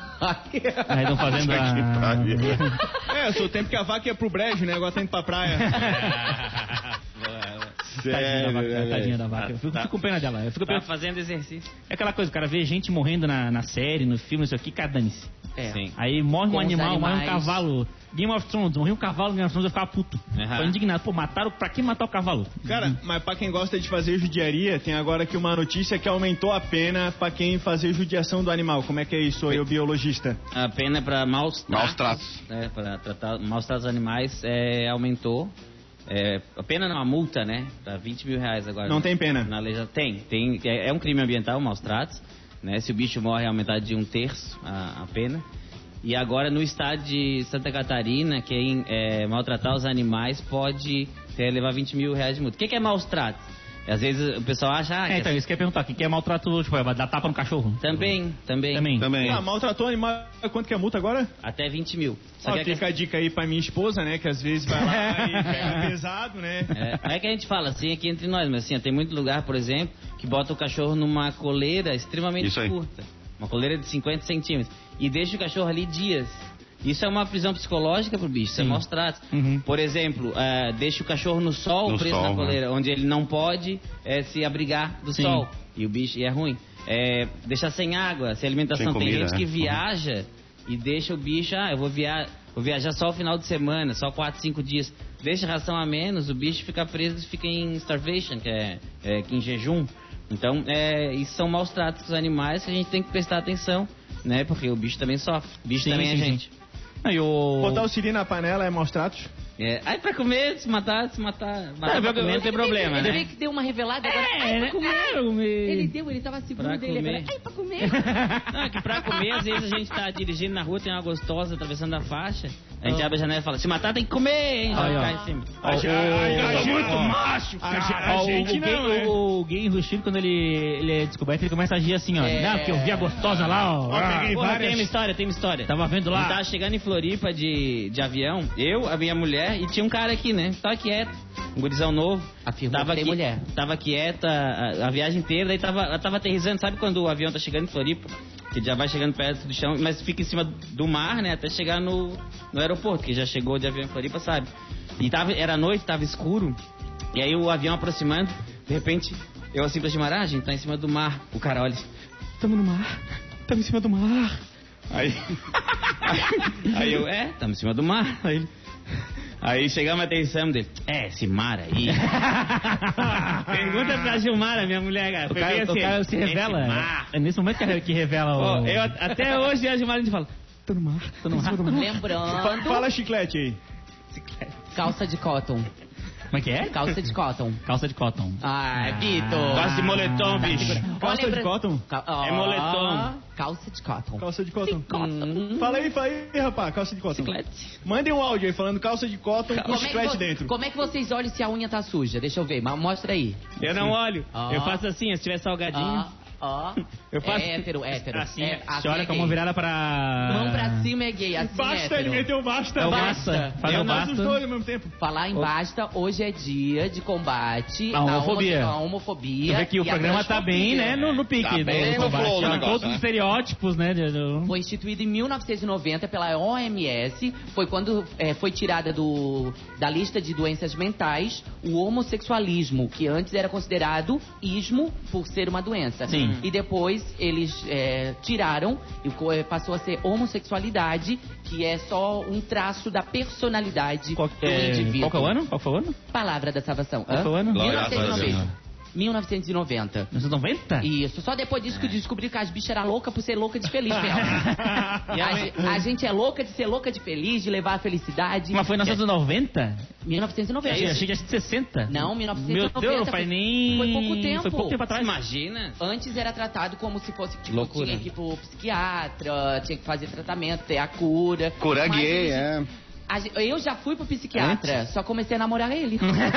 S3: Aí estão fazendo
S2: Que
S3: a...
S2: pariu.
S5: É, eu sou o tempo que a vaca ia pro brejo, né? Agora tá indo pra praia.
S3: Tadinha da
S2: Sério,
S3: vaca,
S2: né,
S3: tadinha
S2: velho?
S3: da vaca. Eu fico,
S6: Tá.
S3: fico com pena dela. Eu fico
S6: Tá
S3: pensando,
S6: fazendo exercício.
S3: é aquela coisa, o cara vê gente morrendo na, na série, no filme, isso aqui, cara, dane-se.
S4: É.
S6: Sim.
S3: Aí morre
S4: Com
S3: um
S4: os
S3: animal, morre um
S4: animais.
S3: cavalo. Game of Thrones, morreu um cavalo, Game of Thrones, eu ficava puto.
S6: Aham.
S3: Tô indignado. Pô, mataram, pra que matar o cavalo?
S5: Cara, mas pra quem gosta de fazer judiaria, tem agora aqui uma notícia que aumentou a pena pra quem fazer judiação do animal. Como é que é isso aí, o biologista?
S6: A pena para maus
S2: Maus tratos.
S6: É, para tratar maus tratos animais é, aumentou. É, a pena não, a multa, né? Para vinte mil reais agora.
S5: Não tem pena?
S6: Na lei já tem. tem é, é um crime ambiental, maus tratos. Né? Se o bicho morre, é aumentar de um terço a, a pena. E agora no estado de Santa Catarina, quem é, maltratar os animais pode é, levar vinte mil reais de multa. O que, que é maus tratos? Às vezes o pessoal acha... Ah,
S3: É,
S6: que
S3: então, isso que eu ia perguntar. O que que é maltrato, tipo, vai dar tapa no cachorro?
S6: Também, também.
S3: Também.
S2: Também.
S5: Ah, maltratou animal, quanto que é a multa agora?
S6: Até vinte mil. Só
S5: Ó,
S6: que é que-
S5: fica a dica aí pra minha esposa, né? Que às vezes vai lá e pega pesado, né?
S6: É, é que a gente fala assim aqui entre nós, mas assim, tem muito lugar, por exemplo, que bota o cachorro numa coleira extremamente
S2: Isso aí.
S6: curta. Uma coleira de cinquenta centímetros. E deixa o cachorro ali dias. Isso é uma prisão psicológica pro bicho, isso é
S3: Sim.
S6: maus tratos.
S3: Uhum.
S6: Por exemplo, é, deixa o cachorro no sol,
S2: No
S6: preso
S2: sol,
S6: na
S2: né?
S6: coleira, onde ele não pode é, se abrigar do
S3: Sim.
S6: sol. E o bicho e é ruim. É, deixar sem água, sem alimentação.
S2: Sem
S6: tem
S2: comida,
S6: gente
S2: né?
S6: que
S2: Uhum.
S6: viaja e deixa o bicho, ah, eu vou, via vou viajar só o final de semana, só quatro, cinco dias. Deixa ração a menos, o bicho fica preso e fica em starvation, que é, é que em jejum. Então, é, isso são maus tratos com os animais que a gente tem que prestar atenção, né? Porque o bicho também sofre. O bicho
S3: Sim,
S6: também
S3: sim,
S6: é
S3: sim.
S6: gente.
S3: Aí o...
S5: Botar o siri na panela é maus tratos?
S6: É, aí pra comer, se matar, se matar, matar
S3: É,
S6: pra
S3: eu-
S6: comer não tem
S4: Ele
S6: problema,
S4: ele
S6: né?
S4: meio que deu uma revelada agora.
S3: É,
S4: Ai,
S3: né?
S4: pra comer.
S3: É, pra comer.
S4: Ele deu, ele tava seguro
S6: Pra
S4: dele.
S6: comer.
S4: Agora, ai, pra comer.
S6: Não, é que pra comer, às vezes a gente tá dirigindo na rua, tem uma gostosa atravessando a faixa, a gente abre a janela e fala, se matar tem que comer, hein? Já
S3: Aí, ó.
S6: cai em cima.
S3: Ó, o-
S5: Eu sou muito
S3: macho,
S5: cara.
S3: Ó, o,
S5: gente
S3: o gay,
S5: não, né?
S3: o, o gay enrustido, quando ele, ele é descoberto, ele começa a agir assim, ó.
S4: É.
S3: Não, porque eu vi a gostosa lá, ó.
S5: Ó, peguei
S6: Porra,
S5: várias.
S6: tem uma história, tem uma história.
S3: Tava vendo
S6: Eu
S3: lá.
S6: tava chegando em Floripa de, de avião, eu, a minha mulher, e tinha um cara aqui, né? Tava quieto, um gurizão novo.
S4: Afirmou
S6: tava
S4: que tem
S6: qui-
S4: mulher.
S6: Tava quieta a, a viagem inteira, daí tava, ela tava aterrissando. Sabe quando o avião tá chegando em Floripa? Que já vai chegando perto do chão, mas fica em cima do mar, né? Até chegar no, no aeroporto, que já chegou de avião em Floripa, sabe? E tava, era noite, tava escuro, e aí o avião aproximando, de repente, eu assim pra chamar, ah, a gente tá em cima do mar. O cara olha assim, tamo no mar, tamo em cima do mar. Aí, aí, aí eu, é, tamo em cima do mar. Aí ele, aí chegamos até aterrissamos dele, é, esse mar aí. Pergunta pra Gilmara, minha mulher, cara.
S3: O
S6: Foi
S3: cara,
S6: bem
S3: o
S6: assim,
S3: cara se
S6: esse
S3: revela.
S6: mar.
S3: É nesse momento que, que revela o.
S6: Ó, eu, até hoje a Gilmara a gente fala, tô no mar, tô no mar.
S5: Fa-
S4: Lembrando,
S5: Fala chiclete aí.
S4: calça de cotton.
S3: Como é que é?
S4: Calça de cotton.
S3: Calça de cotton.
S4: Ai, Vitor.
S6: Gosta de moletom,
S4: Tá
S6: bicho.
S4: segurando.
S5: Calça
S4: Olha
S5: de
S4: pra-
S5: cotton?
S4: Ca- ó,
S6: É moletom.
S4: Calça de cotton.
S5: Calça de cotton.
S4: Hum.
S5: Fala aí, fala aí, rapaz, calça de cotton.
S6: Chiclete.
S5: Mandem um áudio aí falando calça de cotton com
S4: Como é, que
S5: chiclete
S4: vo-
S5: dentro.
S4: como é que vocês olham se a unha tá suja? Deixa eu ver, mas mostra aí.
S6: Eu não olho.
S4: Ah.
S6: Eu faço assim, se tiver salgadinho.
S4: Ó, ó.
S6: Eu faço-
S4: É hétero, hétero.
S3: Assim,
S4: é,
S3: você olha
S4: é
S3: com a mão
S4: gay.
S3: virada pra...
S4: Mão pra cima é gay, assim é
S5: Basta, ele
S4: hétero.
S5: meteu basta.
S3: É o
S4: Basta.
S3: basta. Faz
S5: Eu
S3: o
S5: faço os
S3: basta.
S5: dois ao mesmo tempo.
S4: Falar em basta, hoje é dia de combate
S3: A homofobia.
S4: à homofobia.
S3: Você vê que o
S4: e à
S3: programa tá bem,
S4: transfobia.
S3: né, no, no pique.
S2: Tá
S3: do
S2: bem no
S3: combate.
S2: flow do
S3: Ó,
S2: negócio,
S3: Todos
S2: né?
S3: os estereótipos, né? de- do-
S4: Foi instituído em mil novecentos e noventa pela O M S. Foi quando é, foi tirada do, da lista de doenças mentais o homossexualismo, que antes era considerado ismo por ser uma doença.
S3: Sim.
S4: E depois eles é, tiraram e co- é, passou a ser homossexualidade, que é só um traço da personalidade
S3: Qual,
S4: do
S3: é,
S4: indivíduo.
S3: qual que é o ano? Qual foi o ano?
S4: Palavra da salvação.
S3: Qual
S4: Hã?
S3: foi o ano?
S2: Glória
S4: mil novecentos e noventa.
S2: a Deus.
S4: mil novecentos e noventa.
S3: mil novecentos e noventa?
S4: Isso, só depois disso que eu descobri que as bichas eram loucas por ser louca de feliz mesmo.
S6: E
S4: a,
S6: a-
S4: ge- a gente é louca de ser louca de feliz, de levar a felicidade.
S3: Mas foi em mil novecentos e noventa?
S4: mil novecentos e noventa.
S3: Eu achei que era de sessenta.
S4: Não, mil novecentos e noventa.
S3: Meu Deus, faz nem...
S4: Foi pouco tempo.
S3: Foi pouco tempo atrás.
S6: Imagina.
S4: Antes era tratado como se fosse, tipo,
S6: Loucura.
S4: tinha que ir pro psiquiatra, tinha que fazer tratamento, ter a cura.
S2: Cura
S4: Mas
S2: gay,
S4: eles-
S2: é.
S4: a ge- Eu já fui pro psiquiatra, só comecei a namorar ele.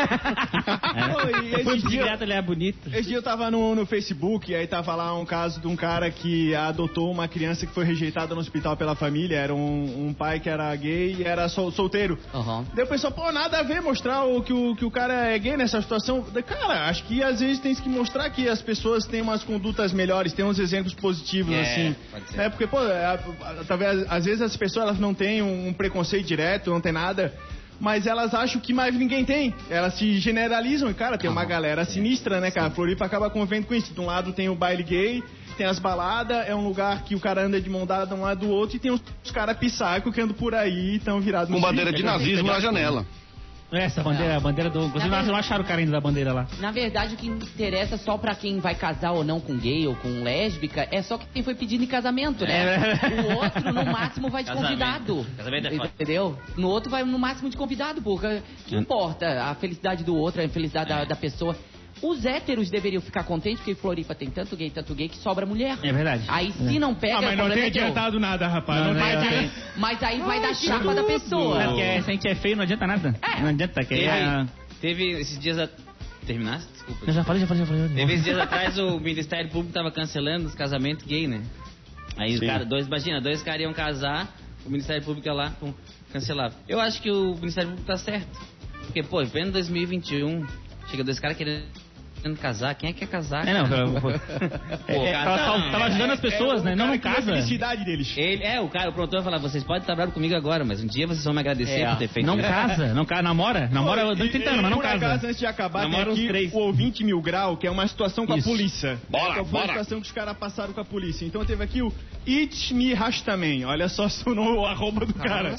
S5: Pô, e
S3: Foi
S5: esses dias-
S3: psiquiatra, ele é bonito.
S5: Esse dia eu tava no, no Facebook e aí tava lá um caso de um cara que adotou uma criança que foi rejeitada no hospital pela família. Era um, um pai que era gay e era sol- solteiro.
S4: Aham.
S5: Daí o pessoal, pô, nada a ver mostrar o, que, o, que o cara é gay nessa situação. Daí, cara, acho que às vezes tem que mostrar que as pessoas têm umas condutas melhores, tem uns exemplos positivos,
S6: É,
S5: assim.
S6: pode ser.
S5: É, porque, pô, é, a- talvez, às vezes as pessoas elas não têm um, um preconceito direto, não tem nada. Mas elas acham que mais ninguém tem. Elas se generalizam e, cara, tem uma galera sinistra, né, cara? Floripa acaba convivendo com isso. De um lado tem o baile gay, tem as baladas, é um lugar que o cara anda de mão dada de um lado do outro e tem os, os caras pisacos que andam por aí e estão virados
S2: Com
S5: no
S2: bandeira de
S5: civil.
S2: nazismo na janela.
S3: Essa bandeira, a bandeira do... Vocês não, não acharam o cara ainda da bandeira lá?
S4: Na verdade, o que interessa só pra quem vai casar ou não com gay ou com lésbica é só quem foi pedindo em casamento, né?
S3: É.
S4: O outro, no máximo, vai de
S6: Casamento.
S4: convidado.
S6: Casamento é foda.
S4: Entendeu? No outro vai no máximo de convidado, porque o que importa? A felicidade do outro, a felicidade da, da pessoa. Os héteros deveriam ficar contentes, porque em Floripa tem tanto gay, tanto gay, que sobra mulher.
S3: É verdade.
S4: Aí se não pega,
S5: Ah, mas
S4: o
S5: não
S4: problema
S5: tem
S4: é teu.
S5: adiantado nada, rapaz.
S3: Não,
S5: Não,
S3: não
S5: tem
S3: é-
S4: Mas
S5: adiantado.
S4: aí, mas aí vai dar chapa da pessoa.
S3: É porque é- se a gente é feio, não adianta nada. Não adianta. Que
S6: Teve,
S3: é...
S6: teve esses dias... A... Terminaste? Desculpa.
S3: Eu já falei, já falei, já falei.
S6: Teve esses dias atrás o Ministério Público tava cancelando os casamentos gay, né? Aí os
S2: Sim.
S6: cara, dois, imagina, dois caras iam casar, o Ministério Público ia lá, pum, cancelava. Eu acho que o Ministério Público tá certo. Porque, pô, em pleno dois mil e vinte e um, chega dois caras querendo casar, quem é que quer casar?
S3: É, não,
S6: cara?
S3: eu- é, é,
S6: cara,
S3: tava,
S6: não,
S3: tava
S6: é-
S3: ajudando as pessoas, né?
S5: o
S3: Não,
S5: cara
S3: não
S5: queria a
S3: casa.
S5: felicidade deles.
S6: Ele, é, o cara, o promotor vai falar, vocês podem estar bravos comigo agora, mas um dia vocês vão me agradecer
S4: É.
S6: por ter feito
S3: Não
S6: isso.
S3: casa, não casa, namora, namora
S5: Pô,
S3: durante
S5: e-
S3: trinta anos, mas não
S5: por acaso,
S3: casa.
S5: antes de acabar, tem
S3: Namora uns
S5: aqui
S3: três.
S5: o ouvinte mil grau, que é uma situação com
S3: Isso.
S5: a polícia.
S2: Bora,
S5: Então, foi
S2: bora.
S5: uma situação que os caras passaram com a polícia. Então teve aqui o It's Me Rastaman. Olha só sonou o arroba do cara.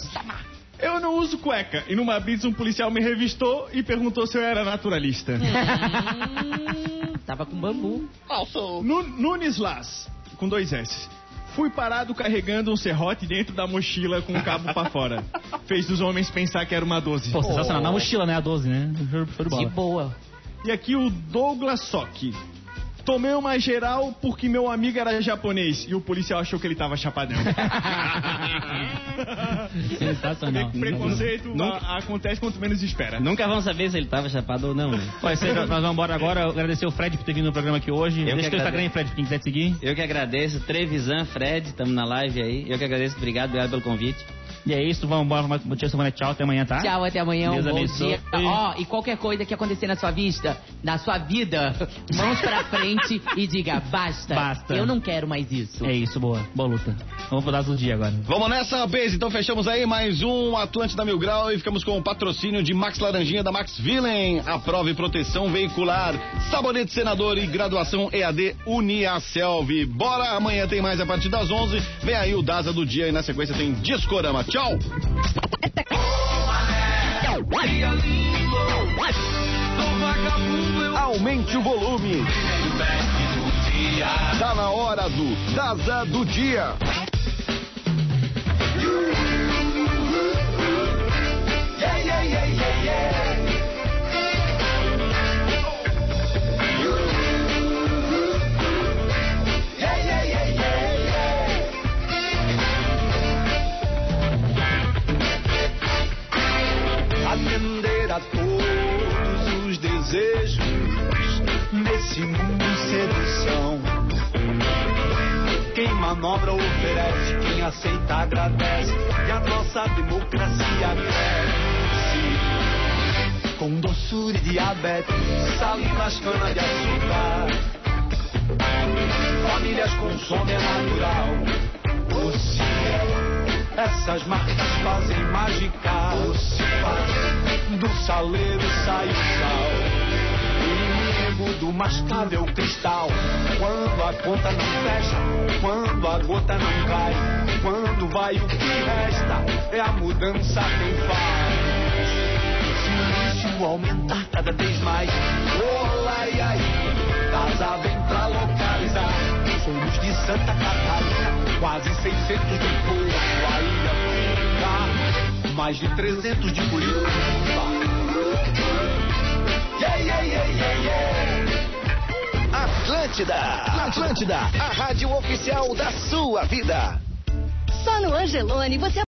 S5: Eu não uso cueca. E numa blitz um policial me revistou e perguntou se eu era naturalista.
S4: Hum, tava com bambu.
S5: Nu- Nunes Las, com dois S. Fui parado carregando um serrote dentro da mochila com o cabo pra fora. Fez os homens pensar que era uma doze.
S3: Pô, sensacional. Na mochila, né? A doze, né? Show show de
S4: De
S3: bola.
S4: boa.
S5: E aqui o Douglas Sock. Tomei uma geral porque meu amigo era japonês e o policial achou que ele tava chapadão.
S3: Sensacional.
S5: Preconceito
S6: Nunca-
S5: a- acontece quanto menos espera.
S6: Nunca vão saber se ele tava chapado ou não, né?
S3: Pode ser, nós vamos embora agora. Agradecer o Fred por ter vindo no programa aqui hoje.
S6: que
S3: Deixa teu Instagram aí,
S6: agradeço.
S3: Fred, pra quem quiser te seguir.
S6: Eu que agradeço, Trevisan, Fred, estamos na live aí. Eu que agradeço, obrigado, obrigado pelo convite.
S3: E é isso, vamos embora. Tia Silvana, tchau, até amanhã, tá?
S4: Tchau, até amanhã, um
S3: Deus
S4: bom
S3: abençoe.
S4: dia. Ó, e qualquer coisa que acontecer na sua vista, na sua vida, mãos pra frente e diga, basta.
S3: Basta.
S4: Eu não quero mais isso.
S3: É isso, boa. Boa luta. Vamos pro Dados do Dia agora.
S2: Vamos nessa, rapaz. Então fechamos aí mais um Atlântida Mil Grau e ficamos com o patrocínio de Max Laranjinha da Max Villain. Aprove proteção veicular, sabonete senador e graduação E A D Uniaselv. Bora, amanhã tem mais a partir das onze. Vem aí o Daza do Dia e na sequência tem Discorama. Tchau! Aumente o volume. Tá na hora do Daza do Dia.
S1: atender a todos os desejos nesse mundo em sedução. Quem manobra oferece, quem aceita agradece, e a nossa democracia cresce. Com doçura e diabetes, salinas, cana de açúcar, famílias consomem é natural. Possível, essas marcas fazem mágica. Possível, do saleiro sai o sal, inimigo do mascável cristal. Quando a conta não fecha, quando a gota não cai, quando vai o que resta, é a mudança quem faz. Se o lixo aumentar cada vez mais, olá e aí, casa vem pra localizar. Somos de Santa Catarina, quase seiscentos de Porto, a ilha fica, mais de trezentos de Curitiba. Yeah, yeah, yeah, yeah, yeah.
S8: Atlântida, Atlântida, a rádio oficial da sua vida.
S9: Só no Angelone você